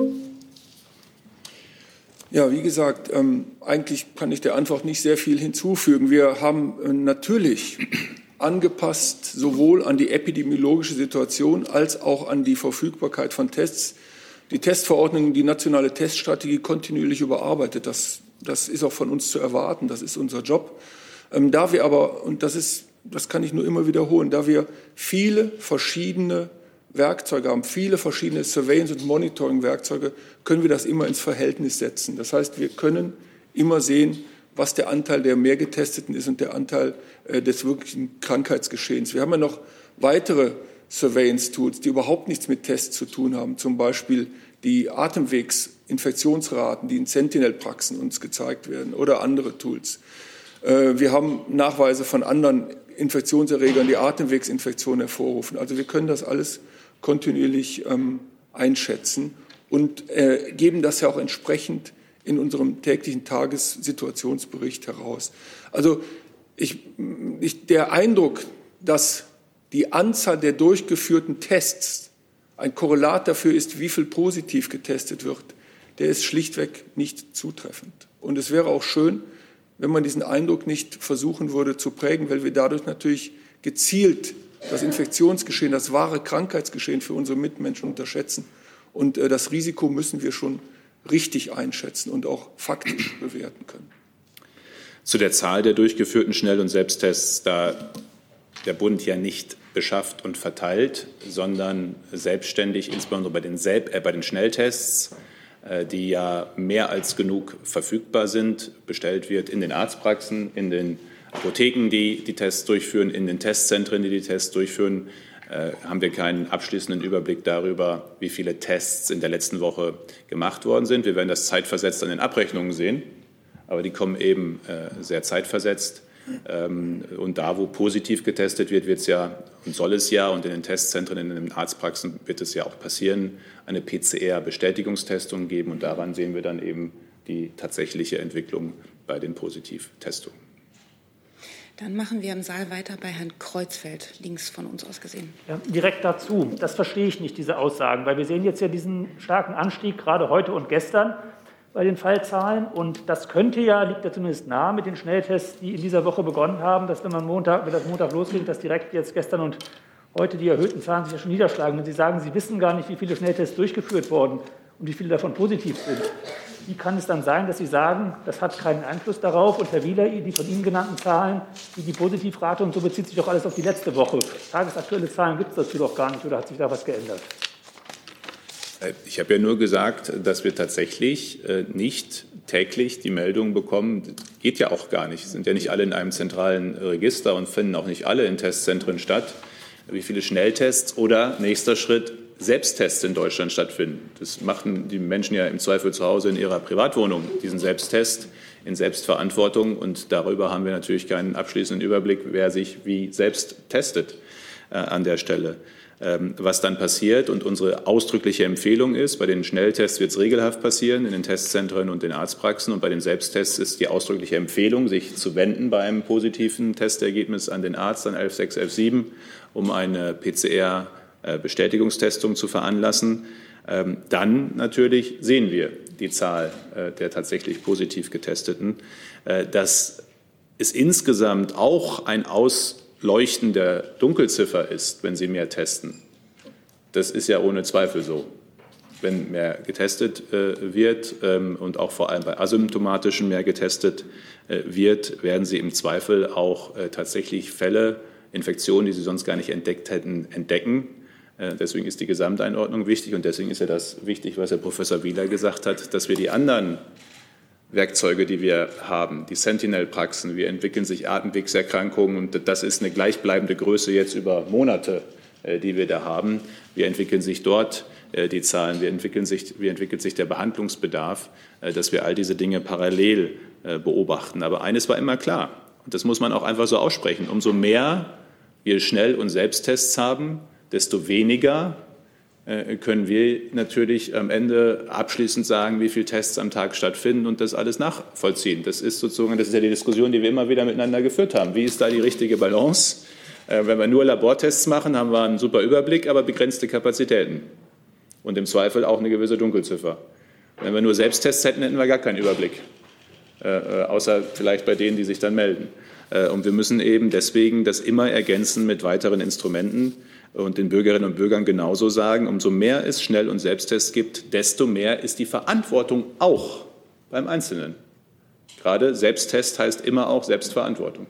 Ja, wie gesagt, ähm, eigentlich kann ich der Antwort nicht sehr viel hinzufügen. Wir haben äh, natürlich angepasst sowohl an die epidemiologische Situation als auch an die Verfügbarkeit von Tests die Testverordnung, die nationale Teststrategie kontinuierlich überarbeitet. Das, das ist auch von uns zu erwarten, das ist unser Job. Ähm, da wir aber, und das ist, das kann ich nur immer wiederholen, da wir viele verschiedene Werkzeuge haben, viele verschiedene Surveillance- und Monitoring-Werkzeuge, können wir das immer ins Verhältnis setzen. Das heißt, wir können immer sehen, was der Anteil der mehr Getesteten ist und der Anteil äh, des wirklichen Krankheitsgeschehens. Wir haben ja noch weitere Surveillance-Tools, die überhaupt nichts mit Tests zu tun haben, zum Beispiel die Atemwegsinfektionsraten, die in Sentinel-Praxen uns gezeigt werden, oder andere Tools. Äh, wir haben Nachweise von anderen Infektionserregern, die Atemwegsinfektionen hervorrufen. Also wir können das alles kontinuierlich ähm, einschätzen und äh, geben das ja auch entsprechend in unserem täglichen Tagessituationsbericht heraus. Also ich, ich, der Eindruck, dass die Anzahl der durchgeführten Tests ein Korrelat dafür ist, wie viel positiv getestet wird, der ist schlichtweg nicht zutreffend. Und es wäre auch schön, wenn man diesen Eindruck nicht versuchen würde zu prägen, weil wir dadurch natürlich gezielt das Infektionsgeschehen, das wahre Krankheitsgeschehen für unsere Mitmenschen unterschätzen. Und äh, das Risiko müssen wir schon richtig einschätzen und auch faktisch bewerten können. Zu der Zahl der durchgeführten Schnell- und Selbsttests, da der Bund ja nicht beschafft und verteilt, sondern selbstständig, insbesondere bei den, Selb- äh, bei den Schnelltests, äh, die ja mehr als genug verfügbar sind, bestellt wird in den Arztpraxen, in den Apotheken, die die Tests durchführen, in den Testzentren, die die Tests durchführen, äh, haben wir keinen abschließenden Überblick darüber, wie viele Tests in der letzten Woche gemacht worden sind. Wir werden das zeitversetzt an den Abrechnungen sehen, aber die kommen eben äh, sehr zeitversetzt. Ähm, und da, wo positiv getestet wird, wird es ja und soll es ja, und in den Testzentren, in den Arztpraxen wird es ja auch passieren, eine P C R-Bestätigungstestung geben. Und daran sehen wir dann eben die tatsächliche Entwicklung bei den Positivtestungen. Dann machen wir im Saal weiter bei Herrn Kreuzfeld, links von uns aus gesehen. Ja, direkt dazu. Das verstehe ich nicht, diese Aussagen, weil wir sehen jetzt ja diesen starken Anstieg, gerade heute und gestern bei den Fallzahlen. Und das könnte ja, liegt ja zumindest nahe mit den Schnelltests, die in dieser Woche begonnen haben, dass wenn man Montag, wenn das Montag losgeht, dass direkt jetzt gestern und heute die erhöhten Zahlen sich ja schon niederschlagen. Wenn Sie sagen, Sie wissen gar nicht, wie viele Schnelltests durchgeführt wurden und wie viele davon positiv sind, wie kann es dann sein, dass Sie sagen, das hat keinen Einfluss darauf? Und Herr Wieler, die von Ihnen genannten Zahlen, wie die Positivrate und so bezieht sich doch alles auf die letzte Woche. Tagesaktuelle Zahlen gibt es dazu doch gar nicht, oder hat sich da was geändert? Ich habe ja nur gesagt, dass wir tatsächlich nicht täglich die Meldungen bekommen. Das geht ja auch gar nicht. Es sind ja nicht alle in einem zentralen Register und finden auch nicht alle in Testzentren statt. Wie viele Schnelltests oder nächster Schritt Selbsttests in Deutschland stattfinden. Das machen die Menschen ja im Zweifel zu Hause in ihrer Privatwohnung, diesen Selbsttest in Selbstverantwortung. Und darüber haben wir natürlich keinen abschließenden Überblick, wer sich wie selbst testet äh, an der Stelle. Ähm, was dann passiert und unsere ausdrückliche Empfehlung ist, bei den Schnelltests wird es regelhaft passieren, in den Testzentren und den Arztpraxen. Und bei den Selbsttests ist die ausdrückliche Empfehlung, sich zu wenden bei einem positiven Testergebnis an den Arzt, an elf sechs elf sieben, um eine P C R Bestätigungstestung zu veranlassen. Dann natürlich sehen wir die Zahl der tatsächlich positiv Getesteten. Dass es insgesamt auch ein Ausleuchten der Dunkelziffer ist, wenn Sie mehr testen, das ist ja ohne Zweifel so. Wenn mehr getestet wird und auch vor allem bei asymptomatischen mehr getestet wird, werden Sie im Zweifel auch tatsächlich Fälle, Infektionen, die Sie sonst gar nicht entdeckt hätten, entdecken. Deswegen ist die Gesamteinordnung wichtig und deswegen ist ja das wichtig, was Herr Professor Wieler gesagt hat, dass wir die anderen Werkzeuge, die wir haben, die Sentinel-Praxen, wie entwickeln sich Atemwegserkrankungen und das ist eine gleichbleibende Größe jetzt über Monate, die wir da haben. Wie entwickeln sich dort die Zahlen, wie, entwickeln sich, wie entwickelt sich der Behandlungsbedarf, dass wir all diese Dinge parallel beobachten. Aber eines war immer klar und das muss man auch einfach so aussprechen, umso mehr wir Schnell- und Selbsttests haben, desto weniger äh, können wir natürlich am Ende abschließend sagen, wie viele Tests am Tag stattfinden und das alles nachvollziehen. Das ist sozusagen, das ist ja die Diskussion, die wir immer wieder miteinander geführt haben. Wie ist da die richtige Balance? Äh, wenn wir nur Labortests machen, haben wir einen super Überblick, aber begrenzte Kapazitäten und im Zweifel auch eine gewisse Dunkelziffer. Wenn wir nur Selbsttests hätten, hätten wir gar keinen Überblick, äh, außer vielleicht bei denen, die sich dann melden. Äh, und wir müssen eben deswegen das immer ergänzen mit weiteren Instrumenten, und den Bürgerinnen und Bürgern genauso sagen, umso mehr es Schnell- und Selbsttests gibt, desto mehr ist die Verantwortung auch beim Einzelnen. Gerade Selbsttest heißt immer auch Selbstverantwortung.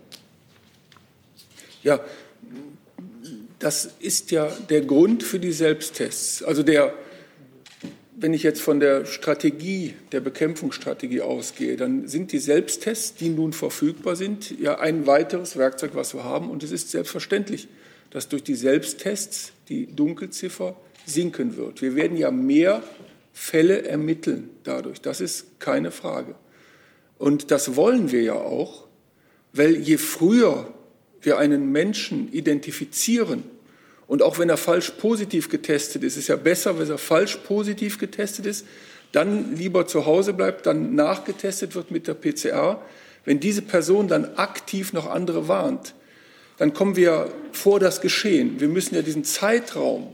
Ja, das ist ja der Grund für die Selbsttests. Also der, wenn ich jetzt von der Strategie, der Bekämpfungsstrategie ausgehe, dann sind die Selbsttests, die nun verfügbar sind, ja ein weiteres Werkzeug, was wir haben. Und es ist selbstverständlich, dass durch die Selbsttests die Dunkelziffer sinken wird. Wir werden ja mehr Fälle ermitteln dadurch. Das ist keine Frage. Und das wollen wir ja auch, weil je früher wir einen Menschen identifizieren, und auch wenn er falsch positiv getestet ist, ist es ja besser, wenn er falsch positiv getestet ist, dann lieber zu Hause bleibt, dann nachgetestet wird mit der P C R. Wenn diese Person dann aktiv noch andere warnt, dann kommen wir vor das Geschehen. Wir müssen ja diesen Zeitraum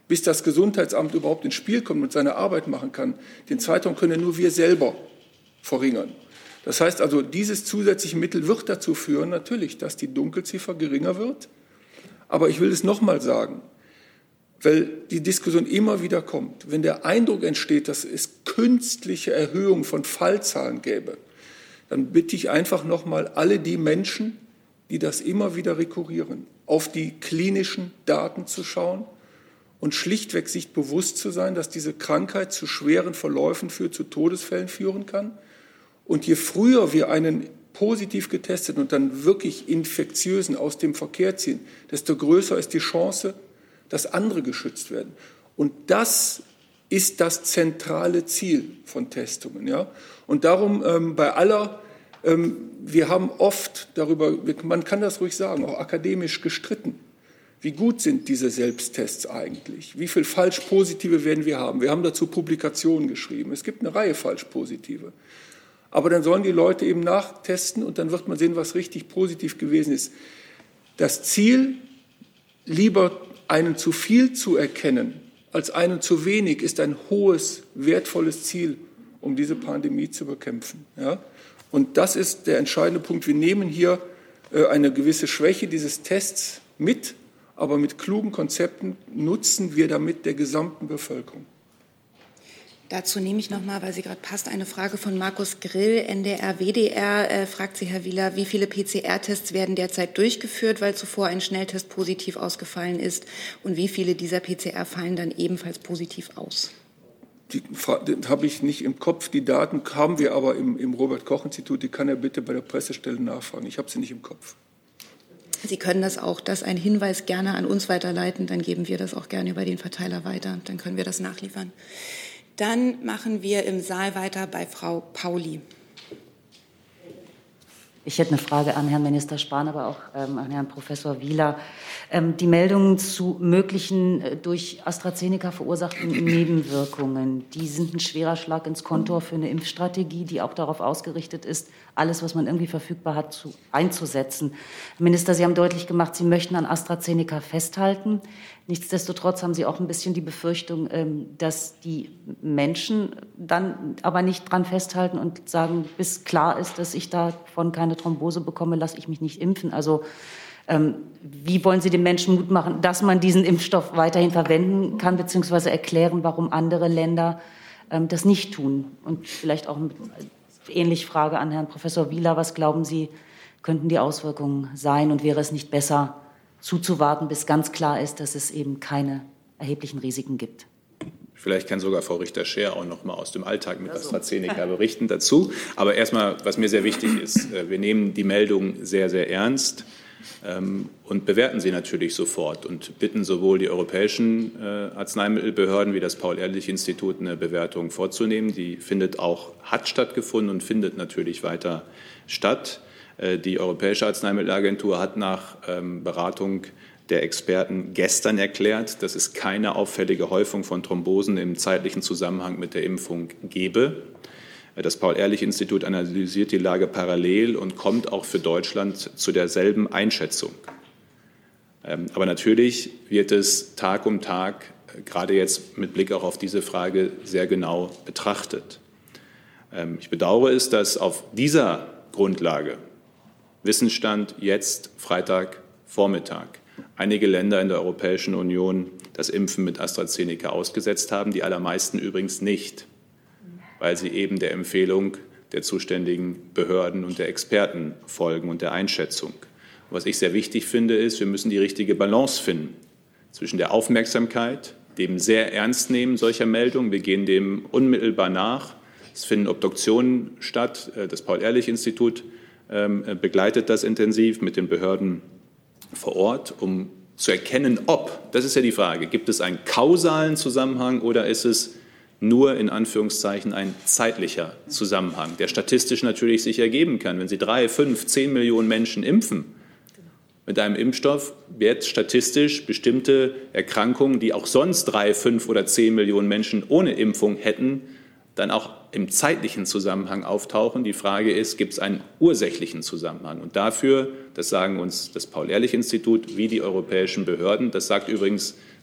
bis das Gesundheitsamt überhaupt ins Spiel kommt und seine Arbeit machen kann, den Zeitraum können nur wir selber verringern. Das heißt also, dieses zusätzliche Mittel wird dazu führen, natürlich, dass die Dunkelziffer geringer wird. Aber ich will es noch mal sagen, weil die Diskussion immer wieder kommt, wenn der Eindruck entsteht, dass es künstliche Erhöhung von Fallzahlen gäbe, dann bitte ich einfach noch mal alle die Menschen, die das immer wieder rekurrieren, auf die klinischen Daten zu schauen und schlichtweg sich bewusst zu sein, dass diese Krankheit zu schweren Verläufen führt, zu Todesfällen führen kann. Und je früher wir einen positiv getesteten und dann wirklich infektiösen aus dem Verkehr ziehen, desto größer ist die Chance, dass andere geschützt werden. Und das ist das zentrale Ziel von Testungen. Ja? Und darum ähm, bei aller, ähm, wir haben oft darüber, man kann das ruhig sagen, auch akademisch gestritten. Wie gut sind diese Selbsttests eigentlich? Wie viele Falsch-Positive werden wir haben? Wir haben dazu Publikationen geschrieben. Es gibt eine Reihe Falsch-Positive. Aber dann sollen die Leute eben nachtesten und dann wird man sehen, was richtig positiv gewesen ist. Das Ziel, lieber einen zu viel zu erkennen als einen zu wenig, ist ein hohes, wertvolles Ziel, um diese Pandemie zu bekämpfen. Ja? Und das ist der entscheidende Punkt. Wir nehmen hier äh, eine gewisse Schwäche dieses Tests mit, aber mit klugen Konzepten nutzen wir damit der gesamten Bevölkerung. Dazu nehme ich noch mal, weil sie gerade passt, eine Frage von Markus Grill, N D R, W D R. Äh, fragt Sie, Herr Wieler, wie viele P C R-Tests werden derzeit durchgeführt, weil zuvor ein Schnelltest positiv ausgefallen ist? Und wie viele dieser P C R fallen dann ebenfalls positiv aus? Die, die habe ich nicht im Kopf. Die Daten haben wir aber im, im Robert-Koch-Institut. Die kann er bitte bei der Pressestelle nachfragen. Ich habe sie nicht im Kopf. Sie können das auch, das ein Hinweis gerne an uns weiterleiten. Dann geben wir das auch gerne über den Verteiler weiter. Dann können wir das nachliefern. Dann machen wir im Saal weiter bei Frau Pauli. Ich hätte eine Frage an Herrn Minister Spahn, aber auch ähm, an Herrn Professor Wieler. Ähm, die Meldungen zu möglichen äh, durch AstraZeneca verursachten Nebenwirkungen, die sind ein schwerer Schlag ins Kontor für eine Impfstrategie, die auch darauf ausgerichtet ist, alles, was man irgendwie verfügbar hat, zu, einzusetzen. Herr Minister, Sie haben deutlich gemacht, Sie möchten an AstraZeneca festhalten. Nichtsdestotrotz haben Sie auch ein bisschen die Befürchtung, ähm, dass die Menschen dann aber nicht dran festhalten und sagen, bis klar ist, dass ich davon keine Thrombose bekomme, lasse ich mich nicht impfen. Also ähm, wie wollen Sie den Menschen Mut machen, dass man diesen Impfstoff weiterhin verwenden kann, beziehungsweise erklären, warum andere Länder ähm, das nicht tun? Und vielleicht auch eine ähnliche Frage an Herrn Professor Wieler. Was glauben Sie, könnten die Auswirkungen sein? Und wäre es nicht besser, zuzuwarten, bis ganz klar ist, dass es eben keine erheblichen Risiken gibt? Vielleicht kann sogar Frau Richter-Scheer auch noch mal aus dem Alltag mit AstraZeneca berichten dazu. Aber erstmal, was mir sehr wichtig ist, wir nehmen die Meldung sehr, sehr ernst ähm, und bewerten sie natürlich sofort und bitten sowohl die europäischen äh, Arzneimittelbehörden wie das Paul-Ehrlich-Institut eine Bewertung vorzunehmen. Die findet auch, hat stattgefunden und findet natürlich weiter statt. Äh, die Europäische Arzneimittelagentur hat nach ähm, Beratung der Experten gestern erklärt, dass es keine auffällige Häufung von Thrombosen im zeitlichen Zusammenhang mit der Impfung gebe. Das Paul-Ehrlich-Institut analysiert die Lage parallel und kommt auch für Deutschland zu derselben Einschätzung. Aber natürlich wird es Tag um Tag, gerade jetzt mit Blick auch auf diese Frage, sehr genau betrachtet. Ich bedauere es, dass auf dieser Grundlage, Wissensstand jetzt Freitagvormittag, einige Länder in der Europäischen Union das Impfen mit AstraZeneca ausgesetzt haben, die allermeisten übrigens nicht, weil sie eben der Empfehlung der zuständigen Behörden und der Experten folgen und der Einschätzung. Was ich sehr wichtig finde, ist, wir müssen die richtige Balance finden zwischen der Aufmerksamkeit, dem sehr ernst nehmen solcher Meldungen. Wir gehen dem unmittelbar nach. Es finden Obduktionen statt. Das Paul-Ehrlich-Institut begleitet das intensiv mit den Behörden vor Ort, um zu erkennen, ob, das ist ja die Frage, gibt es einen kausalen Zusammenhang oder ist es nur in Anführungszeichen ein zeitlicher Zusammenhang, der statistisch natürlich sich ergeben kann. Wenn Sie drei, fünf, zehn Millionen Menschen impfen mit einem Impfstoff, wird statistisch bestimmte Erkrankungen, die auch sonst drei, fünf oder zehn Millionen Menschen ohne Impfung hätten, dann auch im zeitlichen Zusammenhang auftauchen. Die Frage ist, gibt es einen ursächlichen Zusammenhang? Und dafür, das sagen uns das Paul-Ehrlich-Institut wie die europäischen Behörden, das sagt übrigens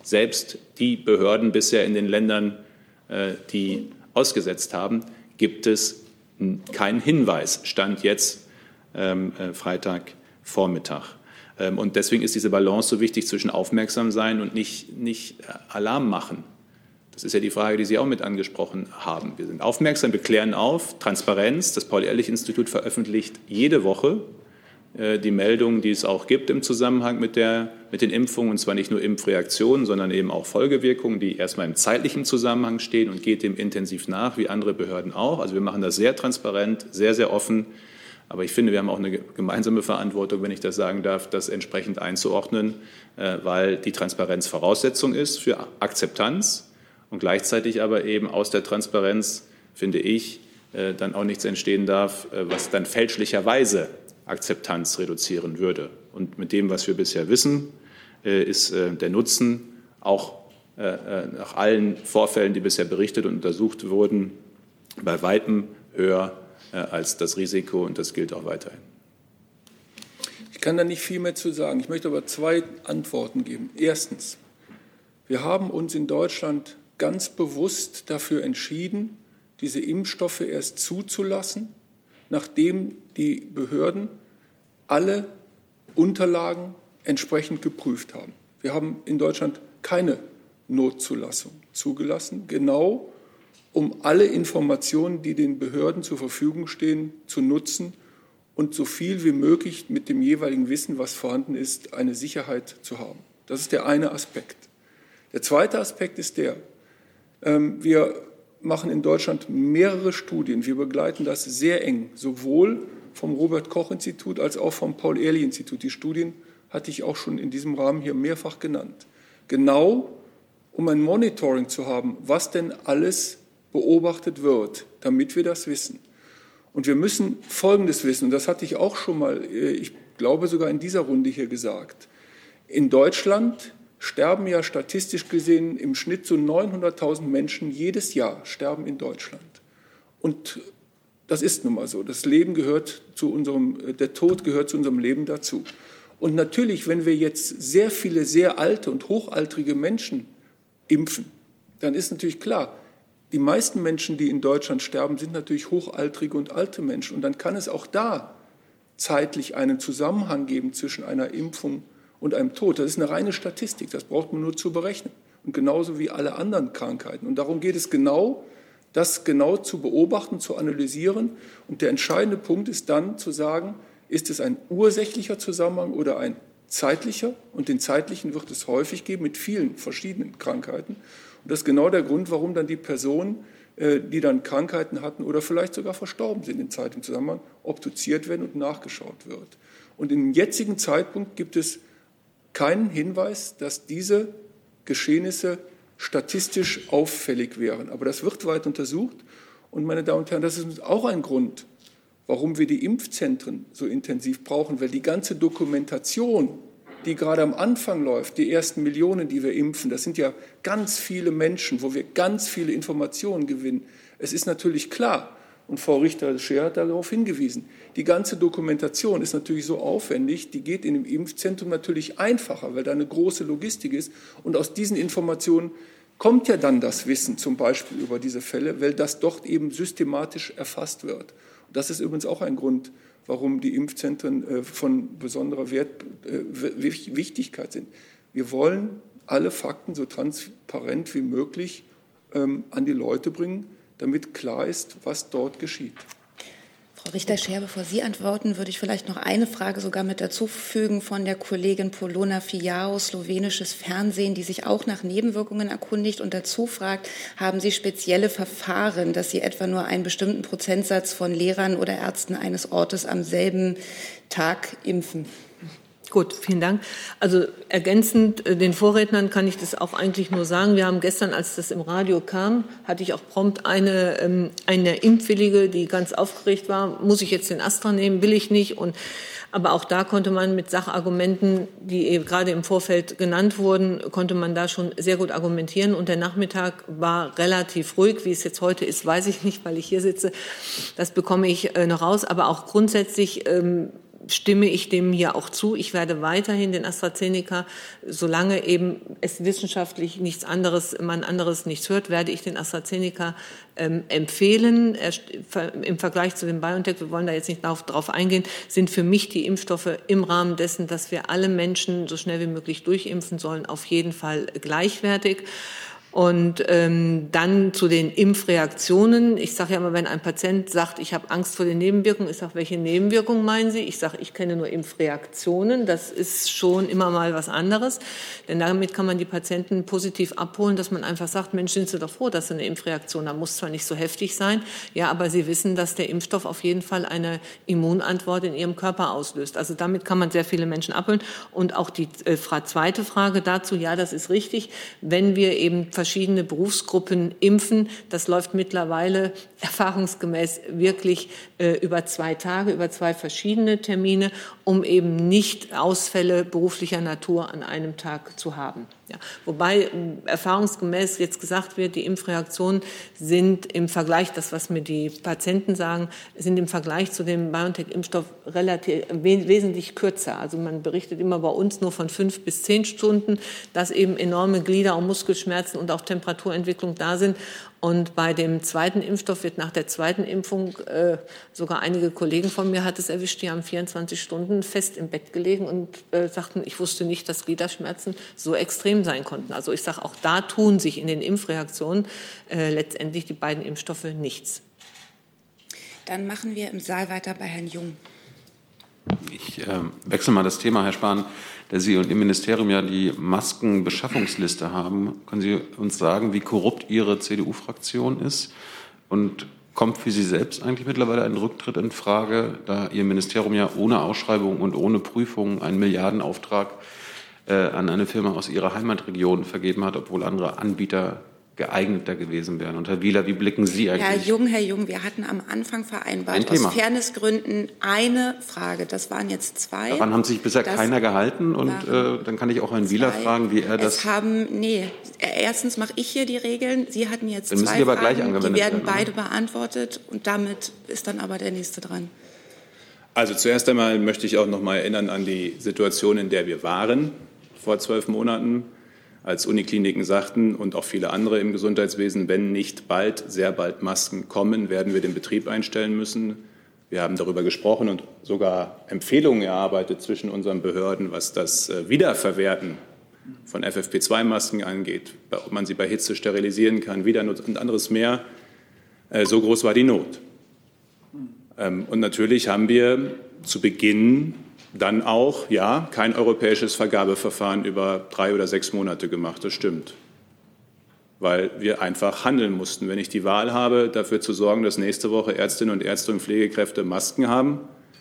selbst die Behörden bisher in den Ländern, die ausgesetzt haben, gibt es keinen Hinweis, Stand jetzt ähm, Freitagvormittag. Ähm, und deswegen ist diese Balance so wichtig zwischen aufmerksam sein und nicht, nicht Alarm machen. Das ist ja die Frage, die Sie auch mit angesprochen haben. Wir sind aufmerksam, wir klären auf, Transparenz. Das Paul-Ehrlich-Institut veröffentlicht jede Woche äh, die Meldungen, die es auch gibt im Zusammenhang mit, der, mit den Impfungen, und zwar nicht nur Impfreaktionen, sondern eben auch Folgewirkungen, die erstmal im zeitlichen Zusammenhang stehen und geht dem intensiv nach, wie andere Behörden auch. Also wir machen das sehr transparent, sehr, sehr offen. Aber ich finde, wir haben auch eine gemeinsame Verantwortung, wenn ich das sagen darf, das entsprechend einzuordnen, äh, weil die Transparenz Voraussetzung ist für Akzeptanz. Und gleichzeitig aber eben aus der Transparenz, finde ich, dann auch nichts entstehen darf, was dann fälschlicherweise Akzeptanz reduzieren würde. Und mit dem, was wir bisher wissen, ist der Nutzen auch nach allen Vorfällen, die bisher berichtet und untersucht wurden, bei weitem höher als das Risiko, und das gilt auch weiterhin. Ich kann da nicht viel mehr zu sagen. Ich möchte aber zwei Antworten geben. Erstens, wir haben uns in Deutschland ganz bewusst dafür entschieden, diese Impfstoffe erst zuzulassen, nachdem die Behörden alle Unterlagen entsprechend geprüft haben. Wir haben in Deutschland keine Notzulassung zugelassen, genau um alle Informationen, die den Behörden zur Verfügung stehen, zu nutzen und so viel wie möglich mit dem jeweiligen Wissen, was vorhanden ist, eine Sicherheit zu haben. Das ist der eine Aspekt. Der zweite Aspekt ist der, wir machen in Deutschland mehrere Studien. Wir begleiten das sehr eng, sowohl vom Robert-Koch-Institut als auch vom Paul-Ehrlich-Institut. Die Studien hatte ich auch schon in diesem Rahmen hier mehrfach genannt. Genau, um ein Monitoring zu haben, was denn alles beobachtet wird, damit wir das wissen. Und wir müssen Folgendes wissen, und das hatte ich auch schon mal, ich glaube sogar in dieser Runde hier gesagt. In Deutschland sterben ja statistisch gesehen im Schnitt so neunhunderttausend Menschen jedes Jahr sterben in Deutschland. Und das ist nun mal so. Das Leben gehört zu unserem, der Tod gehört zu unserem Leben dazu. Und natürlich, wenn wir jetzt sehr viele sehr alte und hochaltrige Menschen impfen, dann ist natürlich klar, die meisten Menschen, die in Deutschland sterben, sind natürlich hochaltrige und alte Menschen. Und dann kann es auch da zeitlich einen Zusammenhang geben zwischen einer Impfung und einem Tod. Das ist eine reine Statistik, das braucht man nur zu berechnen. Und genauso wie alle anderen Krankheiten. Und darum geht es genau, das genau zu beobachten, zu analysieren. Und der entscheidende Punkt ist dann zu sagen, ist es ein ursächlicher Zusammenhang oder ein zeitlicher? Und den zeitlichen wird es häufig geben mit vielen verschiedenen Krankheiten. Und das ist genau der Grund, warum dann die Personen, die dann Krankheiten hatten oder vielleicht sogar verstorben sind in Zeit im Zusammenhang, obduziert werden und nachgeschaut wird. Und im jetzigen Zeitpunkt gibt es keinen Hinweis, dass diese Geschehnisse statistisch auffällig wären. Aber das wird weit untersucht. Und meine Damen und Herren, das ist auch ein Grund, warum wir die Impfzentren so intensiv brauchen, weil die ganze Dokumentation, die gerade am Anfang läuft, die ersten Millionen, die wir impfen, das sind ja ganz viele Menschen, wo wir ganz viele Informationen gewinnen. Es ist natürlich klar, und Frau Richter-Scheer hat darauf hingewiesen, die ganze Dokumentation ist natürlich so aufwendig, die geht in dem Impfzentrum natürlich einfacher, weil da eine große Logistik ist. Und aus diesen Informationen kommt ja dann das Wissen zum Beispiel über diese Fälle, weil das dort eben systematisch erfasst wird. Und das ist übrigens auch ein Grund, warum die Impfzentren von besonderer Wert, äh, Wichtigkeit sind. Wir wollen alle Fakten so transparent wie möglich ähm, an die Leute bringen, damit klar ist, was dort geschieht. Frau Richter-Scheer, bevor Sie antworten, würde ich vielleicht noch eine Frage sogar mit dazu fügen von der Kollegin Polona Fiao, slowenisches Fernsehen, die sich auch nach Nebenwirkungen erkundigt und dazu fragt, haben Sie spezielle Verfahren, dass Sie etwa nur einen bestimmten Prozentsatz von Lehrern oder Ärzten eines Ortes am selben Tag impfen? Gut, vielen Dank. Also ergänzend den Vorrednern kann ich das auch eigentlich nur sagen. Wir haben gestern, als das im Radio kam, hatte ich auch prompt eine, eine Impfwillige, die ganz aufgeregt war. Muss ich jetzt den Astra nehmen? Will ich nicht? Und, aber auch da konnte man mit Sachargumenten, die eben gerade im Vorfeld genannt wurden, konnte man da schon sehr gut argumentieren. Und der Nachmittag war relativ ruhig. Wie es jetzt heute ist, weiß ich nicht, weil ich hier sitze. Das bekomme ich noch raus. Aber auch grundsätzlich stimme ich dem hier auch zu. Ich werde weiterhin den AstraZeneca, solange eben es wissenschaftlich nichts anderes, man anderes nichts hört, werde ich den AstraZeneca ähm, empfehlen. Er, im Vergleich zu dem BioNTech, wir wollen da jetzt nicht darauf, darauf eingehen, sind für mich die Impfstoffe im Rahmen dessen, dass wir alle Menschen so schnell wie möglich durchimpfen sollen, auf jeden Fall gleichwertig. Und ähm, dann zu den Impfreaktionen. Ich sage ja immer, wenn ein Patient sagt, ich habe Angst vor den Nebenwirkungen, ich sage, welche Nebenwirkungen meinen Sie? Ich sage, ich kenne nur Impfreaktionen. Das ist schon immer mal was anderes. Denn damit kann man die Patienten positiv abholen, dass man einfach sagt, Mensch, sind Sie doch froh, dass Sie eine Impfreaktion haben. Muss zwar nicht so heftig sein, ja, aber Sie wissen, dass der Impfstoff auf jeden Fall eine Immunantwort in Ihrem Körper auslöst. Also damit kann man sehr viele Menschen abholen. Und auch die äh, zweite Frage dazu, ja, das ist richtig. Wenn wir eben verschiedene Berufsgruppen impfen. Das läuft mittlerweile erfahrungsgemäß wirklich äh, über zwei Tage, über zwei verschiedene Termine, um eben nicht Ausfälle beruflicher Natur an einem Tag zu haben. Ja. Wobei äh, erfahrungsgemäß jetzt gesagt wird, die Impfreaktionen sind im Vergleich, das was mir die Patienten sagen, sind im Vergleich zu dem BioNTech-Impfstoff relativ we- wesentlich kürzer. Also man berichtet immer bei uns nur von fünf bis zehn Stunden, dass eben enorme Glieder- und Muskelschmerzen und auch Temperaturentwicklung da sind. Und bei dem zweiten Impfstoff wird nach der zweiten Impfung, äh, sogar einige Kollegen von mir hat es erwischt, die haben vierundzwanzig Stunden fest im Bett gelegen und äh, sagten, ich wusste nicht, dass Gliederschmerzen so extrem sein konnten. Also ich sage, auch da tun sich in den Impfreaktionen äh, letztendlich die beiden Impfstoffe nichts. Dann machen wir im Saal weiter bei Herrn Jung. Ich äh, wechsle mal das Thema, Herr Spahn. Da Sie und Ihr Ministerium ja die Maskenbeschaffungsliste haben, können Sie uns sagen, wie korrupt Ihre C D U-Fraktion ist? Und kommt für Sie selbst eigentlich mittlerweile ein Rücktritt in Frage, da Ihr Ministerium ja ohne Ausschreibung und ohne Prüfung einen Milliardenauftrag äh, an eine Firma aus Ihrer Heimatregion vergeben hat, obwohl andere Anbieter geeigneter gewesen wären? Und Herr Wieler, wie blicken Sie eigentlich? Herr Jung, Herr Jung, wir hatten am Anfang vereinbart, aus Fairnessgründen eine Frage. Das waren jetzt zwei. Daran haben sich bisher das keiner gehalten. Und äh, dann kann ich auch Herrn Wieler fragen, wie er das... Es haben, nee, erstens mache ich hier die Regeln. Sie hatten jetzt dann zwei müssen die aber Fragen, gleich angewendet die werden werden, beide oder? beantwortet. Und damit ist dann aber der nächste dran. Also zuerst einmal möchte ich auch noch mal erinnern an die Situation, in der wir waren vor zwölf Monaten, als Unikliniken sagten und auch viele andere im Gesundheitswesen, wenn nicht bald, sehr bald Masken kommen, werden wir den Betrieb einstellen müssen. Wir haben darüber gesprochen und sogar Empfehlungen erarbeitet zwischen unseren Behörden, was das Wiederverwerten von F F P zwei Masken angeht, ob man sie bei Hitze sterilisieren kann, wieder und anderes mehr. So groß war die Not. Und natürlich haben wir zu Beginn dann auch, ja, kein europäisches Vergabeverfahren über drei oder sechs Monate gemacht, das stimmt. Weil wir einfach handeln mussten. Wenn ich die Wahl habe, dafür zu sorgen, dass nächste Woche Ärztinnen und Ärzte und Pflegekräfte Masken haben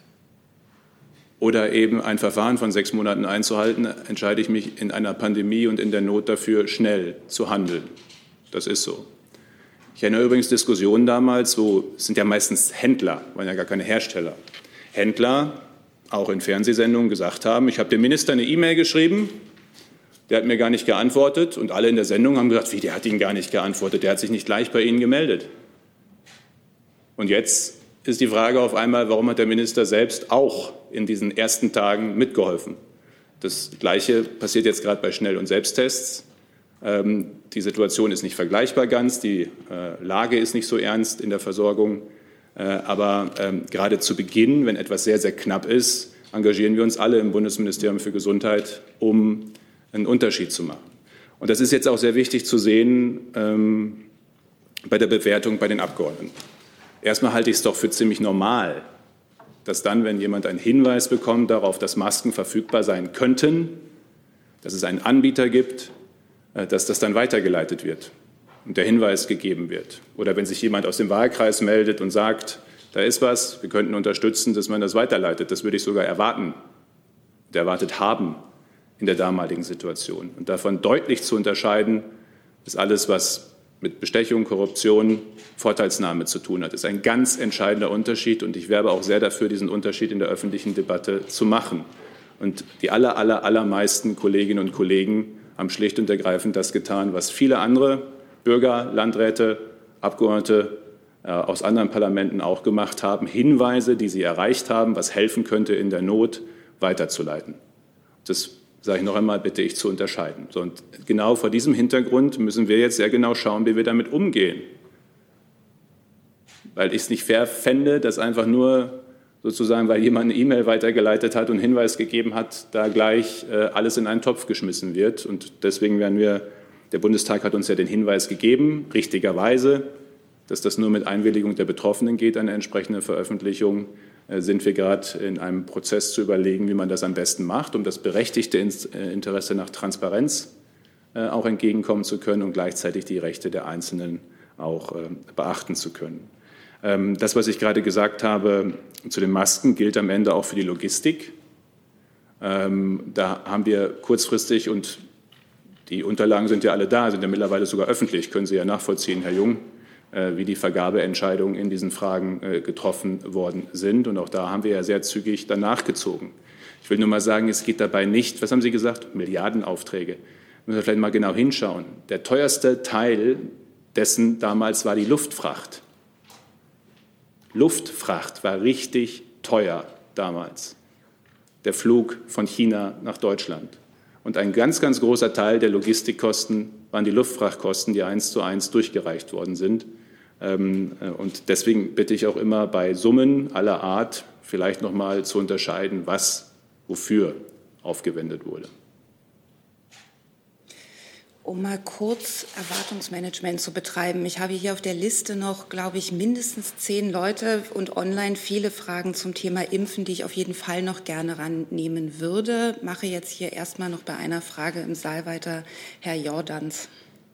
oder eben ein Verfahren von sechs Monaten einzuhalten, entscheide ich mich in einer Pandemie und in der Not dafür, schnell zu handeln. Das ist so. Ich erinnere übrigens Diskussionen damals, wo es sind ja meistens Händler, waren ja gar keine Hersteller. Händler, auch in Fernsehsendungen gesagt haben, ich habe dem Minister eine E-Mail geschrieben, der hat mir gar nicht geantwortet und alle in der Sendung haben gesagt, wie, der hat Ihnen gar nicht geantwortet, der hat sich nicht gleich bei Ihnen gemeldet. Und jetzt ist die Frage auf einmal, warum hat der Minister selbst auch in diesen ersten Tagen mitgeholfen? Das Gleiche passiert jetzt gerade bei Schnell- und Selbsttests. Ähm, die Situation ist nicht vergleichbar ganz, die äh, Lage ist nicht so ernst in der Versorgung. Aber ähm, gerade zu Beginn, wenn etwas sehr, sehr knapp ist, engagieren wir uns alle im Bundesministerium für Gesundheit, um einen Unterschied zu machen. Und das ist jetzt auch sehr wichtig zu sehen ähm, bei der Bewertung bei den Abgeordneten. Erstmal halte ich es doch für ziemlich normal, dass dann, wenn jemand einen Hinweis bekommt darauf, dass Masken verfügbar sein könnten, dass es einen Anbieter gibt, äh, dass das dann weitergeleitet wird und der Hinweis gegeben wird. Oder wenn sich jemand aus dem Wahlkreis meldet und sagt, da ist was, wir könnten unterstützen, dass man das weiterleitet. Das würde ich sogar erwarten und erwartet haben in der damaligen Situation. Und davon deutlich zu unterscheiden, ist alles, was mit Bestechung, Korruption, Vorteilsnahme zu tun hat. Das ist ein ganz entscheidender Unterschied. Und ich werbe auch sehr dafür, diesen Unterschied in der öffentlichen Debatte zu machen. Und die aller, aller, allermeisten Kolleginnen und Kollegen haben schlicht und ergreifend das getan, was viele andere Bürger, Landräte, Abgeordnete aus anderen Parlamenten auch gemacht haben, Hinweise, die sie erreicht haben, was helfen könnte in der Not, weiterzuleiten. Das sage ich noch einmal, bitte ich zu unterscheiden. So, und genau vor diesem Hintergrund müssen wir jetzt sehr genau schauen, wie wir damit umgehen. Weil ich es nicht fair fände, dass einfach nur sozusagen, weil jemand eine E-Mail weitergeleitet hat und einen Hinweis gegeben hat, da gleich äh, alles in einen Topf geschmissen wird. Und deswegen werden wir, der Bundestag hat uns ja den Hinweis gegeben, richtigerweise, dass das nur mit Einwilligung der Betroffenen geht, eine entsprechende Veröffentlichung, äh, sind wir gerade in einem Prozess zu überlegen, wie man das am besten macht, um das berechtigte Interesse nach Transparenz äh, auch entgegenkommen zu können und gleichzeitig die Rechte der Einzelnen auch äh, beachten zu können. Ähm, das, was ich gerade gesagt habe zu den Masken, gilt am Ende auch für die Logistik. Ähm, da haben wir kurzfristig, und die Unterlagen sind ja alle da, sind ja mittlerweile sogar öffentlich, können Sie ja nachvollziehen, Herr Jung, wie die Vergabeentscheidungen in diesen Fragen getroffen worden sind. Und auch da haben wir ja sehr zügig danach gezogen. Ich will nur mal sagen, es geht dabei nicht, was haben Sie gesagt, Milliardenaufträge. Müssen wir vielleicht mal genau hinschauen. Der teuerste Teil dessen damals war die Luftfracht. Luftfracht war richtig teuer damals. Der Flug von China nach Deutschland. Und ein ganz, ganz großer Teil der Logistikkosten waren die Luftfrachtkosten, die eins zu eins durchgereicht worden sind. Und deswegen bitte ich auch immer bei Summen aller Art vielleicht noch mal zu unterscheiden, was wofür aufgewendet wurde. Um mal kurz Erwartungsmanagement zu betreiben. Ich habe hier auf der Liste noch, glaube ich, mindestens zehn Leute und online viele Fragen zum Thema Impfen, die ich auf jeden Fall noch gerne rannehmen würde. Mache jetzt hier erstmal noch bei einer Frage im Saal weiter. Herr Jordans.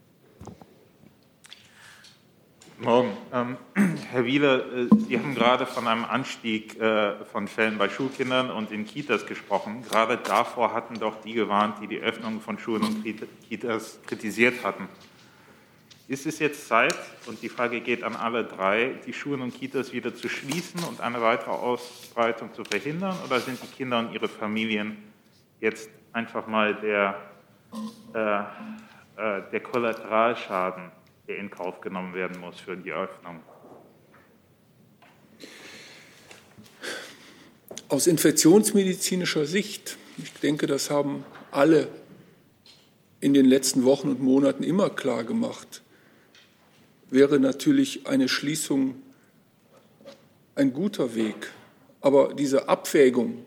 Morgen. Ähm, Herr Wieler, äh, Sie haben gerade von einem Anstieg äh, von Fällen bei Schulkindern und in Kitas gesprochen. Gerade davor hatten doch die gewarnt, die die Öffnung von Schulen und Kitas kritisiert hatten. Ist es jetzt Zeit, und die Frage geht an alle drei, die Schulen und Kitas wieder zu schließen und eine weitere Ausbreitung zu verhindern? Oder sind die Kinder und ihre Familien jetzt einfach mal der, äh, äh, der Kollateralschaden, der in Kauf genommen werden muss für die Öffnung? Aus infektionsmedizinischer Sicht, ich denke, das haben alle in den letzten Wochen und Monaten immer klar gemacht, wäre natürlich eine Schließung ein guter Weg. Aber diese Abwägung,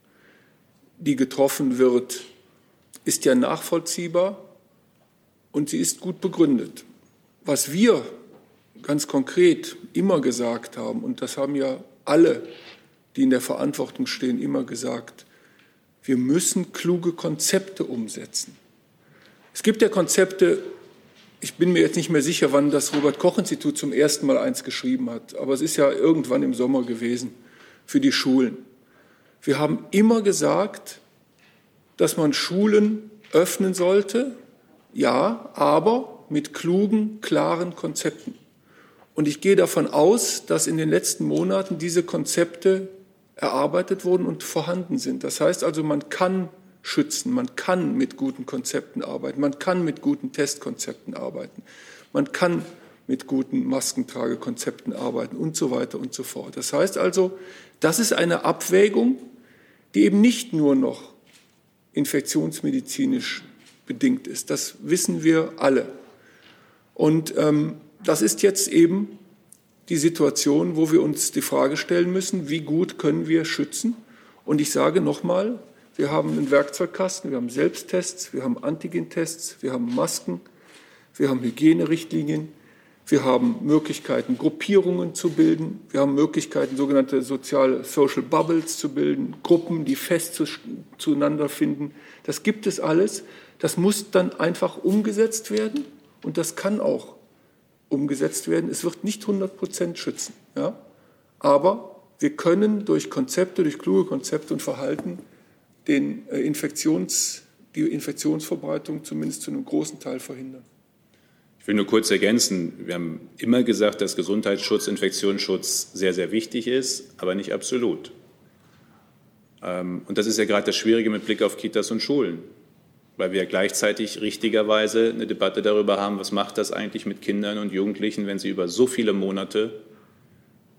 die getroffen wird, ist ja nachvollziehbar und sie ist gut begründet. Was wir ganz konkret immer gesagt haben, und das haben ja alle, die in der Verantwortung stehen, immer gesagt, wir müssen kluge Konzepte umsetzen. Es gibt ja Konzepte, ich bin mir jetzt nicht mehr sicher, wann das Robert-Koch-Institut zum ersten Mal eins geschrieben hat, aber es ist ja irgendwann im Sommer gewesen für die Schulen. Wir haben immer gesagt, dass man Schulen öffnen sollte, ja, aber mit klugen, klaren Konzepten. Und ich gehe davon aus, dass in den letzten Monaten diese Konzepte erarbeitet wurden und vorhanden sind. Das heißt also, man kann schützen, man kann mit guten Konzepten arbeiten, man kann mit guten Testkonzepten arbeiten, man kann mit guten Maskentragekonzepten arbeiten und so weiter und so fort. Das heißt also, das ist eine Abwägung, die eben nicht nur noch infektionsmedizinisch bedingt ist. Das wissen wir alle. Und ähm, das ist jetzt eben die Situation, wo wir uns die Frage stellen müssen, wie gut können wir schützen? Und ich sage nochmal, wir haben einen Werkzeugkasten, wir haben Selbsttests, wir haben Antigentests, wir haben Masken, wir haben Hygienerichtlinien, wir haben Möglichkeiten, Gruppierungen zu bilden, wir haben Möglichkeiten, sogenannte soziale Social Bubbles zu bilden, Gruppen, die fest zu, zueinander finden. Das gibt es alles. Das muss dann einfach umgesetzt werden. Und das kann auch umgesetzt werden. Es wird nicht hundert Prozent schützen. Ja? Aber wir können durch Konzepte, durch kluge Konzepte und Verhalten den Infektions, die Infektionsverbreitung zumindest zu einem großen Teil verhindern. Ich will nur kurz ergänzen. Wir haben immer gesagt, dass Gesundheitsschutz, Infektionsschutz sehr, sehr wichtig ist, aber nicht absolut. Und das ist ja gerade das Schwierige mit Blick auf Kitas und Schulen, weil wir gleichzeitig richtigerweise eine Debatte darüber haben, was macht das eigentlich mit Kindern und Jugendlichen, wenn sie über so viele Monate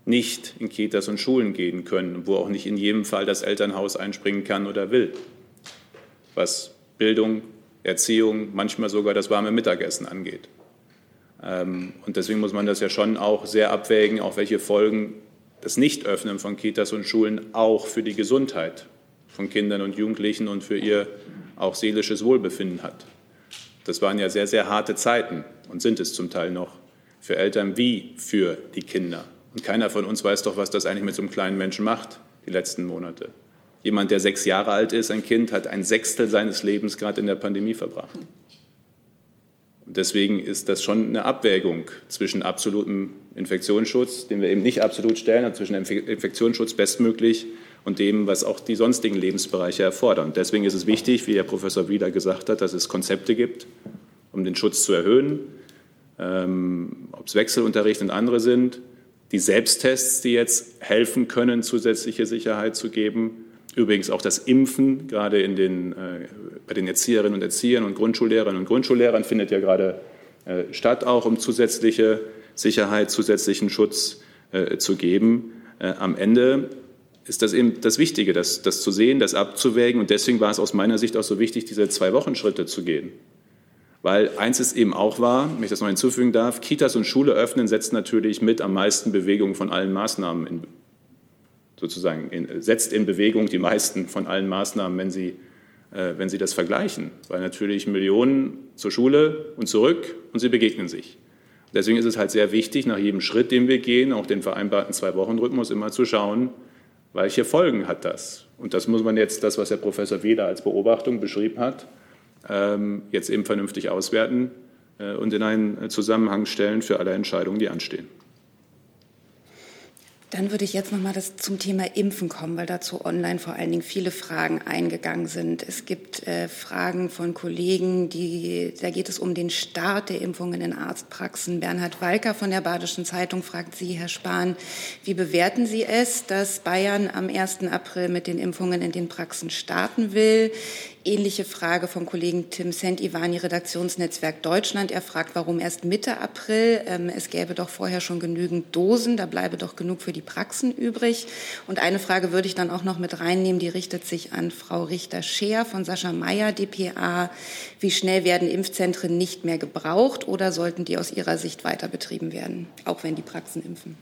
nicht in Kitas und Schulen gehen können, wo auch nicht in jedem Fall das Elternhaus einspringen kann oder will, was Bildung, Erziehung, manchmal sogar das warme Mittagessen angeht. Und deswegen muss man das ja schon auch sehr abwägen, auch welche Folgen das Nichtöffnen von Kitas und Schulen auch für die Gesundheit von Kindern und Jugendlichen und für ihr auch seelisches Wohlbefinden hat. Das waren ja sehr, sehr harte Zeiten und sind es zum Teil noch für Eltern wie für die Kinder. Und keiner von uns weiß doch, was das eigentlich mit so einem kleinen Menschen macht, die letzten Monate. Jemand, der sechs Jahre alt ist, ein Kind, hat ein Sechstel seines Lebens gerade in der Pandemie verbracht. Und deswegen ist das schon eine Abwägung zwischen absolutem Infektionsschutz, den wir eben nicht absolut stellen, also zwischen Infektionsschutz bestmöglich und dem, was auch die sonstigen Lebensbereiche erfordern. Und deswegen ist es wichtig, wie Herr Professor Wieler gesagt hat, dass es Konzepte gibt, um den Schutz zu erhöhen, ähm, ob es Wechselunterricht und andere sind, die Selbsttests, die jetzt helfen können, zusätzliche Sicherheit zu geben. Übrigens auch das Impfen, gerade in den, äh, bei den Erzieherinnen und Erziehern und Grundschullehrerinnen und Grundschullehrern, findet ja gerade äh, statt, auch um zusätzliche Sicherheit, zusätzlichen Schutz äh, zu geben. Äh, am Ende ist das eben das Wichtige, das, das zu sehen, das abzuwägen. Und deswegen war es aus meiner Sicht auch so wichtig, diese Zwei-Wochen-Schritte zu gehen. Weil eins ist eben auch wahr, wenn ich das noch hinzufügen darf, Kitas und Schule öffnen setzt natürlich mit am meisten Bewegung von allen Maßnahmen in, sozusagen in, setzt in Bewegung die meisten von allen Maßnahmen, wenn Sie, äh, wenn Sie das vergleichen. Weil natürlich Millionen zur Schule und zurück und sie begegnen sich. Deswegen ist es halt sehr wichtig, nach jedem Schritt, den wir gehen, auch den vereinbarten Zwei-Wochen-Rhythmus, immer zu schauen, welche Folgen hat das? Und das muss man jetzt, das, was Herr Professor Wieler als Beobachtung beschrieben hat, jetzt eben vernünftig auswerten und in einen Zusammenhang stellen für alle Entscheidungen, die anstehen. Dann würde ich jetzt noch mal das zum Thema Impfen kommen, weil dazu online vor allen Dingen viele Fragen eingegangen sind. Es gibt äh, Fragen von Kollegen, die, da geht es um den Start der Impfungen in Arztpraxen. Bernhard Walker von der Badischen Zeitung fragt Sie, Herr Spahn, wie bewerten Sie es, dass Bayern am ersten April mit den Impfungen in den Praxen starten will? Ähnliche Frage vom Kollegen Tim Sent-Ivani, Redaktionsnetzwerk Deutschland. Er fragt, warum erst Mitte April? Ähm, es gäbe doch vorher schon genügend Dosen, da bleibe doch genug für die Praxen übrig. Und eine Frage würde ich dann auch noch mit reinnehmen, die richtet sich an Frau Richter-Scheer von Sascha Mayer, D P A. Wie schnell werden Impfzentren nicht mehr gebraucht oder sollten die aus Ihrer Sicht weiter betrieben werden, auch wenn die Praxen impfen?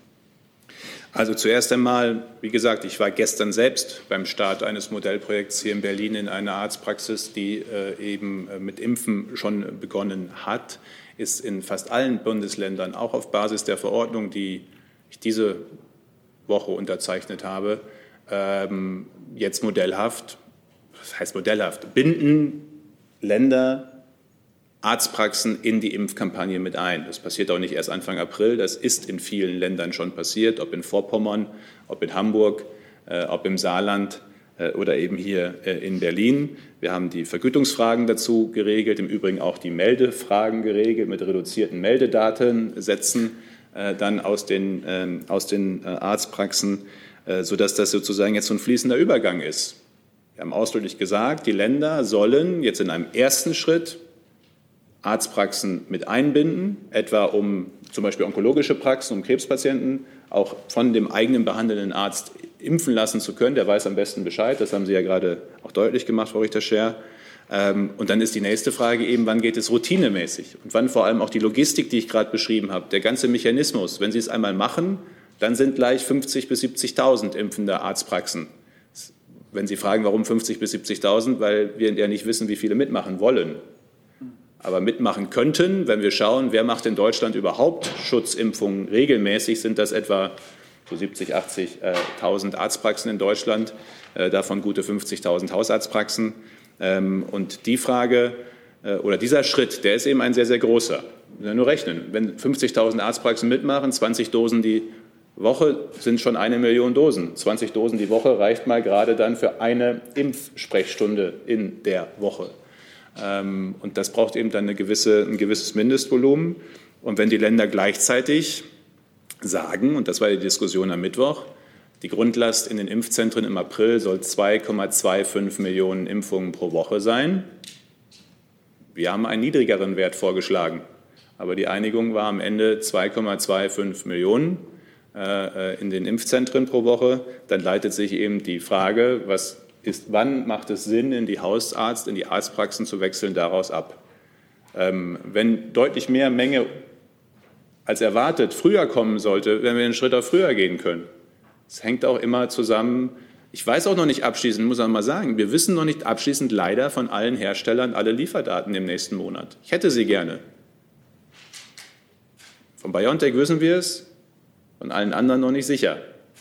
Also zuerst einmal, wie gesagt, ich war gestern selbst beim Start eines Modellprojekts hier in Berlin in einer Arztpraxis, die äh, eben äh, mit Impfen schon begonnen hat, ist in fast allen Bundesländern, auch auf Basis der Verordnung, die ich diese Woche unterzeichnet habe, ähm, jetzt modellhaft, was heißt modellhaft, binden Länder Arztpraxen in die Impfkampagne mit ein. Das passiert auch nicht erst Anfang April, das ist in vielen Ländern schon passiert, ob in Vorpommern, ob in Hamburg, äh, ob im Saarland äh, oder eben hier äh, in Berlin. Wir haben die Vergütungsfragen dazu geregelt, im Übrigen auch die Meldefragen geregelt mit reduzierten Meldedatensätzen äh, dann aus den, äh, aus den äh, Arztpraxen, äh, sodass das sozusagen jetzt so ein fließender Übergang ist. Wir haben ausdrücklich gesagt, die Länder sollen jetzt in einem ersten Schritt Arztpraxen mit einbinden, etwa um zum Beispiel onkologische Praxen, um Krebspatienten auch von dem eigenen behandelnden Arzt impfen lassen zu können. Der weiß am besten Bescheid. Das haben Sie ja gerade auch deutlich gemacht, Frau Richter-Scheer. Und dann ist die nächste Frage eben, wann geht es routinemäßig? Und wann vor allem auch die Logistik, die ich gerade beschrieben habe, der ganze Mechanismus. Wenn Sie es einmal machen, dann sind gleich fünfzigtausend bis siebzigtausend impfende Arztpraxen. Wenn Sie fragen, warum fünfzigtausend bis siebzigtausend, weil wir ja nicht wissen, wie viele mitmachen wollen. Aber mitmachen könnten, wenn wir schauen, wer macht in Deutschland überhaupt Schutzimpfungen regelmäßig, sind das etwa so siebzigtausend, achtzigtausend Arztpraxen in Deutschland, äh, davon gute fünfzigtausend Hausarztpraxen. Ähm, und die Frage äh, oder dieser Schritt, der ist eben ein sehr, sehr großer. Wir müssen nur rechnen, wenn fünfzigtausend Arztpraxen mitmachen, zwanzig Dosen die Woche sind schon eine Million Dosen. zwanzig Dosen die Woche reicht mal gerade dann für eine Impfsprechstunde in der Woche. Und das braucht eben dann eine gewisse, ein gewisses Mindestvolumen. Und wenn die Länder gleichzeitig sagen, und das war die Diskussion am Mittwoch, die Grundlast in den Impfzentren im April soll zwei Komma fünfundzwanzig Millionen Impfungen pro Woche sein. Wir haben einen niedrigeren Wert vorgeschlagen, aber die Einigung war am Ende zwei Komma fünfundzwanzig Millionen. äh, in den Impfzentren pro Woche, dann leitet sich eben die Frage, was ist, wann macht es Sinn, in die Hausarzt, in die Arztpraxen zu wechseln, daraus ab. Ähm, wenn deutlich mehr Menge als erwartet früher kommen sollte, werden wir einen Schritt auch früher gehen können. Es hängt auch immer zusammen. Ich weiß auch noch nicht abschließend, muss ich mal sagen, wir wissen noch nicht abschließend leider von allen Herstellern alle Lieferdaten im nächsten Monat. Ich hätte sie gerne. Von BioNTech wissen wir es, von allen anderen noch nicht sicher.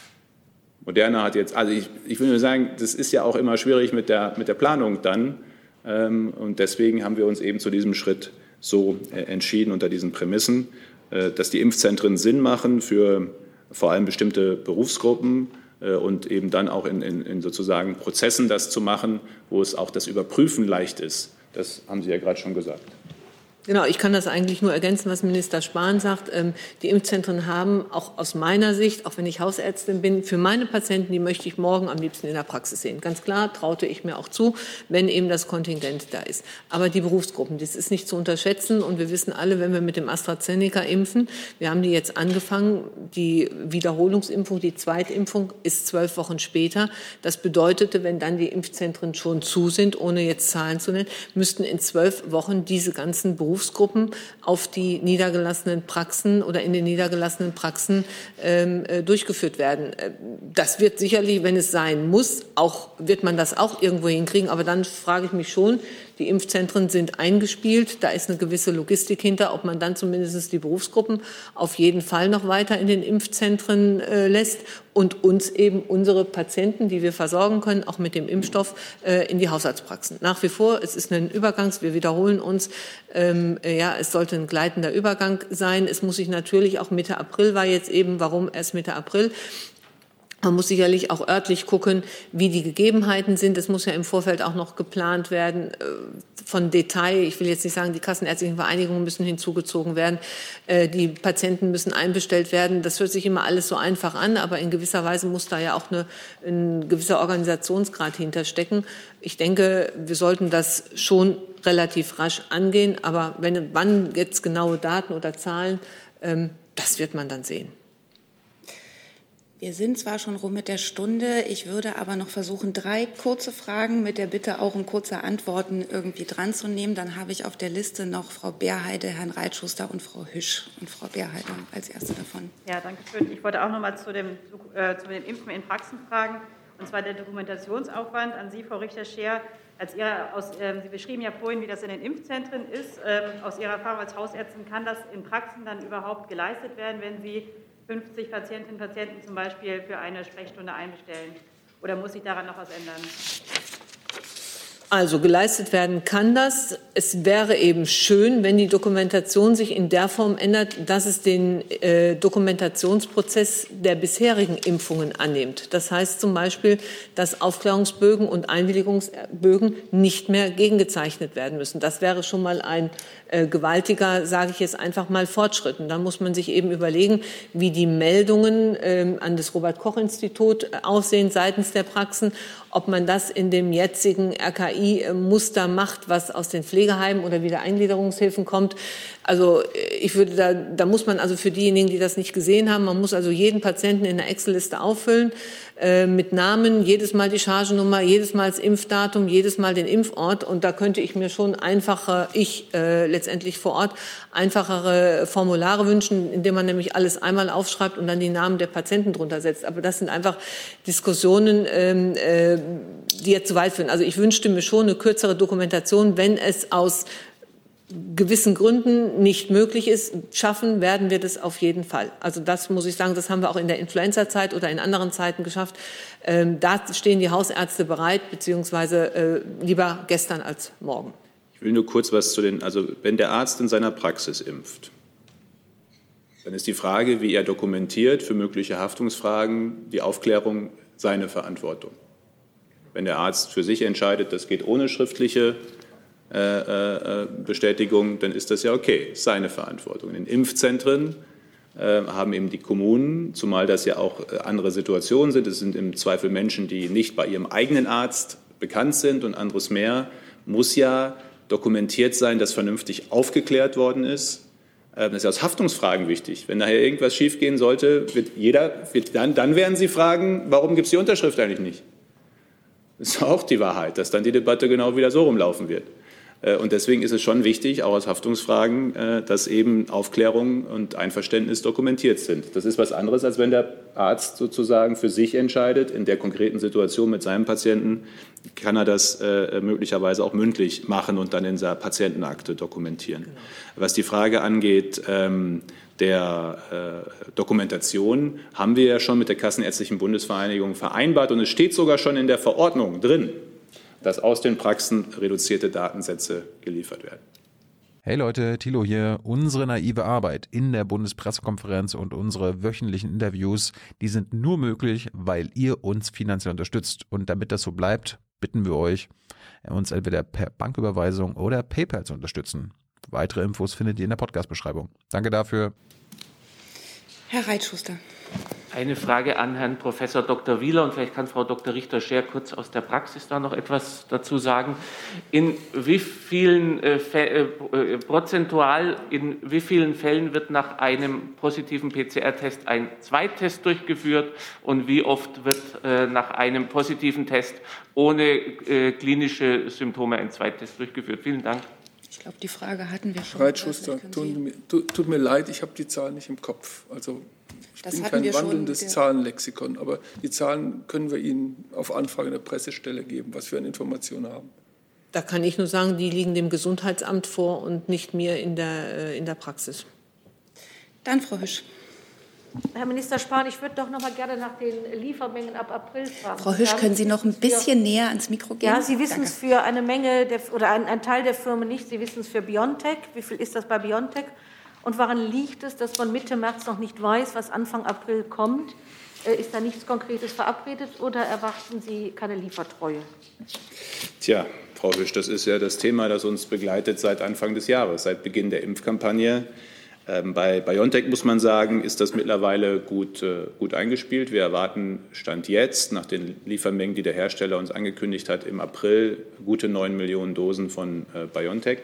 Moderna hat jetzt, also ich, ich will nur sagen, das ist ja auch immer schwierig mit der, mit der Planung dann. Ähm, und deswegen haben wir uns eben zu diesem Schritt so äh, entschieden unter diesen Prämissen, äh, dass die Impfzentren Sinn machen für vor allem bestimmte Berufsgruppen, und eben dann auch in, in, in sozusagen Prozessen das zu machen, wo es auch das Überprüfen leicht ist. Das haben Sie ja gerade schon gesagt. Genau, ich kann das eigentlich nur ergänzen, was Minister Spahn sagt. Die Impfzentren haben auch aus meiner Sicht, auch wenn ich Hausärztin bin, für meine Patienten, die möchte ich morgen am liebsten in der Praxis sehen. Ganz klar, traute ich mir auch zu, wenn eben das Kontingent da ist. Aber die Berufsgruppen, das ist nicht zu unterschätzen. Und wir wissen alle, wenn wir mit dem AstraZeneca impfen, wir haben die jetzt angefangen, die Wiederholungsimpfung, die Zweitimpfung ist zwölf Wochen später. Das bedeutete, wenn dann die Impfzentren schon zu sind, ohne jetzt Zahlen zu nennen, müssten in zwölf Wochen diese ganzen Berufsgruppen Berufsgruppen auf die niedergelassenen Praxen oder in den niedergelassenen Praxen ähm, äh, durchgeführt werden. Das wird sicherlich, wenn es sein muss, auch, wird man das auch irgendwo hinkriegen. Aber dann frage ich mich schon, die Impfzentren sind eingespielt, da ist eine gewisse Logistik hinter, ob man dann zumindest die Berufsgruppen auf jeden Fall noch weiter in den Impfzentren äh, lässt und uns eben unsere Patienten, die wir versorgen können, auch mit dem Impfstoff, äh, in die Hausarztpraxen. Nach wie vor, es ist ein Übergangs, wir wiederholen uns, ähm, ja, es sollte ein gleitender Übergang sein. Es muss sich natürlich auch Mitte April war jetzt eben, warum erst Mitte April? Man muss sicherlich auch örtlich gucken, wie die Gegebenheiten sind. Es muss ja im Vorfeld auch noch geplant werden von Detail. Ich will jetzt nicht sagen, die kassenärztlichen Vereinigungen müssen hinzugezogen werden. Die Patienten müssen einbestellt werden. Das hört sich immer alles so einfach an, aber in gewisser Weise muss da ja auch eine, ein gewisser Organisationsgrad hinterstecken. Ich denke, wir sollten das schon relativ rasch angehen. Aber wenn, wann jetzt genaue Daten oder Zahlen, das wird man dann sehen. Wir sind zwar schon rum mit der Stunde, ich würde aber noch versuchen, drei kurze Fragen mit der Bitte auch um kurze Antworten irgendwie dran zu nehmen. Dann habe ich auf der Liste noch Frau Beerheide, Herrn Reitschuster und Frau Hüsch. Und Frau Beerheide als erste davon. Ja, danke schön. Ich wollte auch noch mal zu dem, äh, zu dem Impfen in Praxen fragen, und zwar der Dokumentationsaufwand an Sie, Frau Richter-Scheer. Als Ihre, aus, äh, Sie beschrieben ja vorhin, wie das in den Impfzentren ist. Ähm, aus Ihrer Erfahrung als Hausärztin, kann das in Praxen dann überhaupt geleistet werden, wenn Sie fünfzig Patientinnen und Patienten zum Beispiel für eine Sprechstunde einbestellen? Oder muss sich daran noch was ändern? Also geleistet werden kann das. Es wäre eben schön, wenn die Dokumentation sich in der Form ändert, dass es den äh, Dokumentationsprozess der bisherigen Impfungen annimmt. Das heißt zum Beispiel, dass Aufklärungsbögen und Einwilligungsbögen nicht mehr gegengezeichnet werden müssen. Das wäre schon mal ein äh, gewaltiger, sage ich jetzt einfach mal, Fortschritt. Und dann muss man sich eben überlegen, wie die Meldungen äh, an das Robert-Koch-Institut aussehen seitens der Praxen, ob man das in dem jetzigen R K I-Muster macht, was aus den Pflegeheimen oder wieder Eingliederungshilfen kommt. Also ich würde da, da muss man also für diejenigen, die das nicht gesehen haben, man muss also jeden Patienten in der Excel-Liste auffüllen, äh, mit Namen, jedes Mal die Chargennummer, jedes Mal das Impfdatum, jedes Mal den Impfort. Und da könnte ich mir schon einfacher, ich äh, letztendlich vor Ort, einfachere Formulare wünschen, indem man nämlich alles einmal aufschreibt und dann die Namen der Patienten drunter setzt. Aber das sind einfach Diskussionen, ähm, äh, die jetzt zu weit führen. Also ich wünschte mir schon eine kürzere Dokumentation, wenn es aus gewissen Gründen nicht möglich ist. Schaffen werden wir das auf jeden Fall. Also das muss ich sagen, das haben wir auch in der Influenza-Zeit oder in anderen Zeiten geschafft. Ähm, da stehen die Hausärzte bereit, beziehungsweise äh, lieber gestern als morgen. Ich will nur kurz was zu den, also wenn der Arzt in seiner Praxis impft, dann ist die Frage, wie er dokumentiert für mögliche Haftungsfragen, die Aufklärung seine Verantwortung. Wenn der Arzt für sich entscheidet, das geht ohne schriftliche äh, äh, Bestätigung, dann ist das ja okay, seine Verantwortung. In den Impfzentren äh, haben eben die Kommunen, zumal das ja auch andere Situationen sind, es sind im Zweifel Menschen, die nicht bei ihrem eigenen Arzt bekannt sind und anderes mehr, muss ja dokumentiert sein, dass vernünftig aufgeklärt worden ist, Das ist aus Haftungsfragen wichtig. Wenn nachher irgendwas schiefgehen sollte, wird jeder, wird dann, dann werden Sie fragen, warum gibt es die Unterschrift eigentlich nicht? Das ist auch die Wahrheit, dass dann die Debatte genau wieder so rumlaufen wird. Und deswegen ist es schon wichtig, auch aus Haftungsfragen, dass eben Aufklärung und Einverständnis dokumentiert sind. Das ist was anderes, als wenn der Arzt sozusagen für sich entscheidet. In der konkreten Situation mit seinem Patienten kann er das möglicherweise auch mündlich machen und dann in seiner Patientenakte dokumentieren. Genau. Was die Frage angeht, der Dokumentation haben wir ja schon mit der Kassenärztlichen Bundesvereinigung vereinbart und es steht sogar schon in der Verordnung drin, dass aus den Praxen reduzierte Datensätze geliefert werden. Hey Leute, Thilo hier. Unsere naive Arbeit in der Bundespressekonferenz und unsere wöchentlichen Interviews, die sind nur möglich, weil ihr uns finanziell unterstützt. Und damit das so bleibt, bitten wir euch, uns entweder per Banküberweisung oder PayPal zu unterstützen. Weitere Infos findet ihr in der Podcast-Beschreibung. Danke dafür. Herr Reitschuster. Eine Frage an Herrn Professor Doktor Wieler und vielleicht kann Frau Doktor Richter-Scher kurz aus der Praxis da noch etwas dazu sagen. In wie vielen äh, äh, prozentual in wie vielen Fällen wird nach einem positiven P C R-Test ein Zweittest durchgeführt und wie oft wird äh, nach einem positiven Test ohne äh, klinische Symptome ein Zweittest durchgeführt? Vielen Dank. Ich glaube, die Frage hatten wir schon. Reitschuster, tut mir, tut mir leid, ich habe die Zahlen nicht im Kopf. Also ich das bin hatten kein wir wandelndes schon, Zahlenlexikon, aber die Zahlen können wir Ihnen auf Anfrage der Pressestelle geben, was wir an Informationen haben. Da kann ich nur sagen, die liegen dem Gesundheitsamt vor und nicht mir in der, in der Praxis. Dann Frau Hüsch. Herr Minister Spahn, ich würde doch noch mal gerne nach den Liefermengen ab April fragen. Frau Hüsch, können Sie noch ein bisschen für, näher ans Mikro gehen? Ja, Sie wissen es für eine Menge der, oder ein, ein Teil der Firmen nicht. Sie wissen es für BioNTech. Wie viel ist das bei BioNTech? Und woran liegt es, dass man Mitte März noch nicht weiß, was Anfang April kommt? Äh, ist da nichts Konkretes verabredet oder erwarten Sie keine Liefertreue? Tja, Frau Hüsch, das ist ja das Thema, das uns begleitet seit Anfang des Jahres, seit Beginn der Impfkampagne. Ähm, bei BioNTech muss man sagen, ist das mittlerweile gut, äh, gut eingespielt. Wir erwarten Stand jetzt, nach den Liefermengen, die der Hersteller uns angekündigt hat, im April gute neun Millionen Dosen von äh, BioNTech.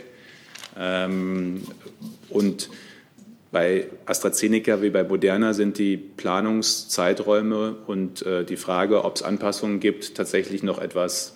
Ähm, und bei AstraZeneca wie bei Moderna sind die Planungszeiträume und äh, die Frage, ob es Anpassungen gibt, tatsächlich noch etwas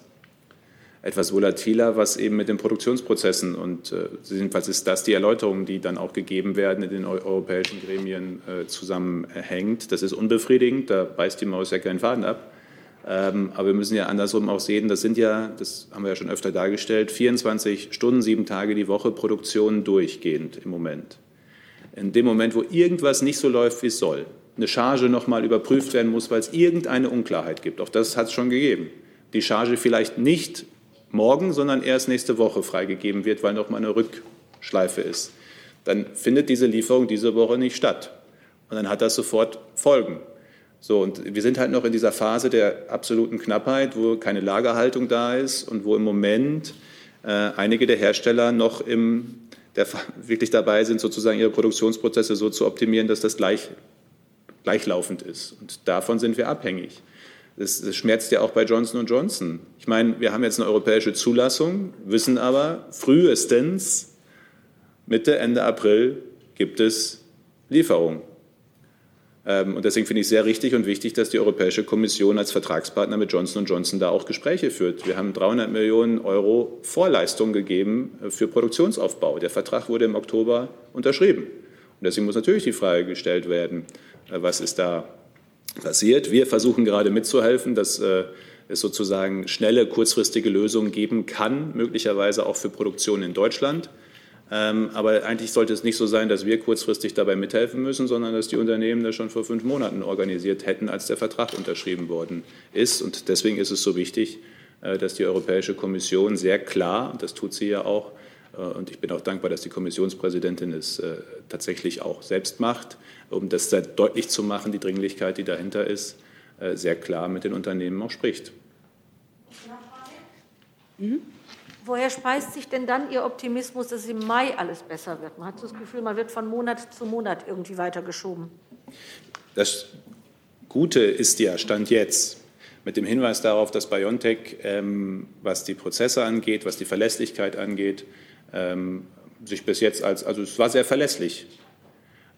etwas volatiler, was eben mit den Produktionsprozessen und äh, jedenfalls ist das die Erläuterung, die dann auch gegeben werden in den europäischen Gremien äh, zusammenhängt. Das ist unbefriedigend, da beißt die Maus ja keinen Faden ab. Ähm, aber wir müssen ja andersrum auch sehen, das sind ja, das haben wir ja schon öfter dargestellt, vierundzwanzig Stunden, sieben Tage die Woche Produktion durchgehend im Moment. In dem Moment, wo irgendwas nicht so läuft, wie es soll, eine Charge noch mal überprüft werden muss, weil es irgendeine Unklarheit gibt, auch das hat es schon gegeben, die Charge vielleicht nicht morgen, sondern erst nächste Woche freigegeben wird, weil noch mal eine Rückschleife ist, dann findet diese Lieferung diese Woche nicht statt. Und dann hat das sofort Folgen. So, und wir sind halt noch in dieser Phase der absoluten Knappheit, wo keine Lagerhaltung da ist und wo im Moment äh, einige der Hersteller noch im, der, wirklich dabei sind, sozusagen ihre Produktionsprozesse so zu optimieren, dass das gleich, gleichlaufend ist. Und davon sind wir abhängig. Das, das schmerzt ja auch bei Johnson und Johnson. Ich meine, wir haben jetzt eine europäische Zulassung, wissen aber, frühestens Mitte, Ende April gibt es Lieferungen. Ähm, und deswegen finde ich es sehr richtig und wichtig, dass die Europäische Kommission als Vertragspartner mit Johnson und Johnson da auch Gespräche führt. Wir haben dreihundert Millionen Euro Vorleistung gegeben für Produktionsaufbau. Der Vertrag wurde im Oktober unterschrieben. Und deswegen muss natürlich die Frage gestellt werden, was ist da passiert. Wir versuchen gerade mitzuhelfen, dass äh, es sozusagen schnelle, kurzfristige Lösungen geben kann, möglicherweise auch für Produktion in Deutschland. Ähm, aber eigentlich sollte es nicht so sein, dass wir kurzfristig dabei mithelfen müssen, sondern dass die Unternehmen das schon vor fünf Monaten organisiert hätten, als der Vertrag unterschrieben worden ist. Und deswegen ist es so wichtig, äh, dass die Europäische Kommission sehr klar, und das tut sie ja auch, äh, und ich bin auch dankbar, dass die Kommissionspräsidentin es äh, tatsächlich auch selbst macht, um das sehr deutlich zu machen, die Dringlichkeit, die dahinter ist, äh, sehr klar mit den Unternehmen auch spricht. Mhm. Woher speist sich denn dann Ihr Optimismus, dass im Mai alles besser wird? Man hat so das Gefühl, man wird von Monat zu Monat irgendwie weitergeschoben. Das Gute ist ja, Stand jetzt, mit dem Hinweis darauf, dass BioNTech, ähm, was die Prozesse angeht, was die Verlässlichkeit angeht, ähm, sich bis jetzt als, also es war sehr verlässlich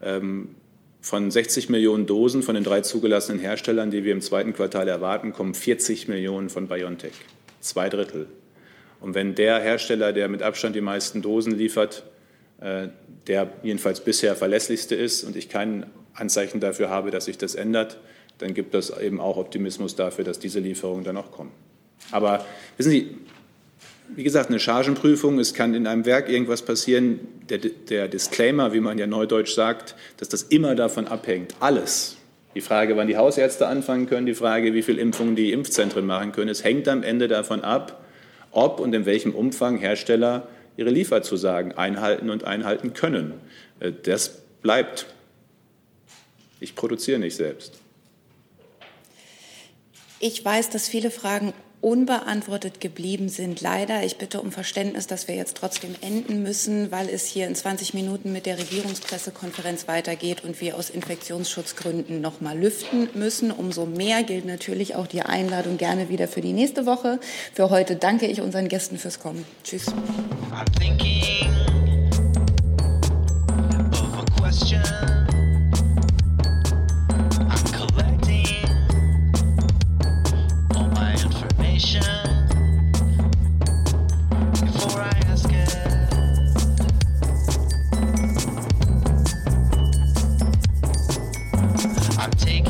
Von sechzig Millionen Dosen von den drei zugelassenen Herstellern, die wir im zweiten Quartal erwarten, kommen vierzig Millionen von BioNTech. Zwei Drittel. Und wenn der Hersteller, der mit Abstand die meisten Dosen liefert, der jedenfalls bisher verlässlichste ist und ich kein Anzeichen dafür habe, dass sich das ändert, dann gibt es eben auch Optimismus dafür, dass diese Lieferungen dann auch kommen. Aber wissen Sie, wie gesagt, eine Chargenprüfung, es kann in einem Werk irgendwas passieren, der, der Disclaimer, wie man ja neudeutsch sagt, dass das immer davon abhängt, alles. Die Frage, wann die Hausärzte anfangen können, die Frage, wie viele Impfungen die Impfzentren machen können, es hängt am Ende davon ab, ob und in welchem Umfang Hersteller ihre Lieferzusagen einhalten und einhalten können. Das bleibt. Ich produziere nicht selbst. Ich weiß, dass viele Fragen unbeantwortet geblieben sind. Leider, ich bitte um Verständnis, dass wir jetzt trotzdem enden müssen, weil es hier in zwanzig Minuten mit der Regierungspressekonferenz weitergeht und wir aus Infektionsschutzgründen noch mal lüften müssen. Umso mehr gilt natürlich auch die Einladung gerne wieder für die nächste Woche. Für heute danke ich unseren Gästen fürs Kommen. Tschüss. I'm thinking of a question. Before I ask it, I'm taking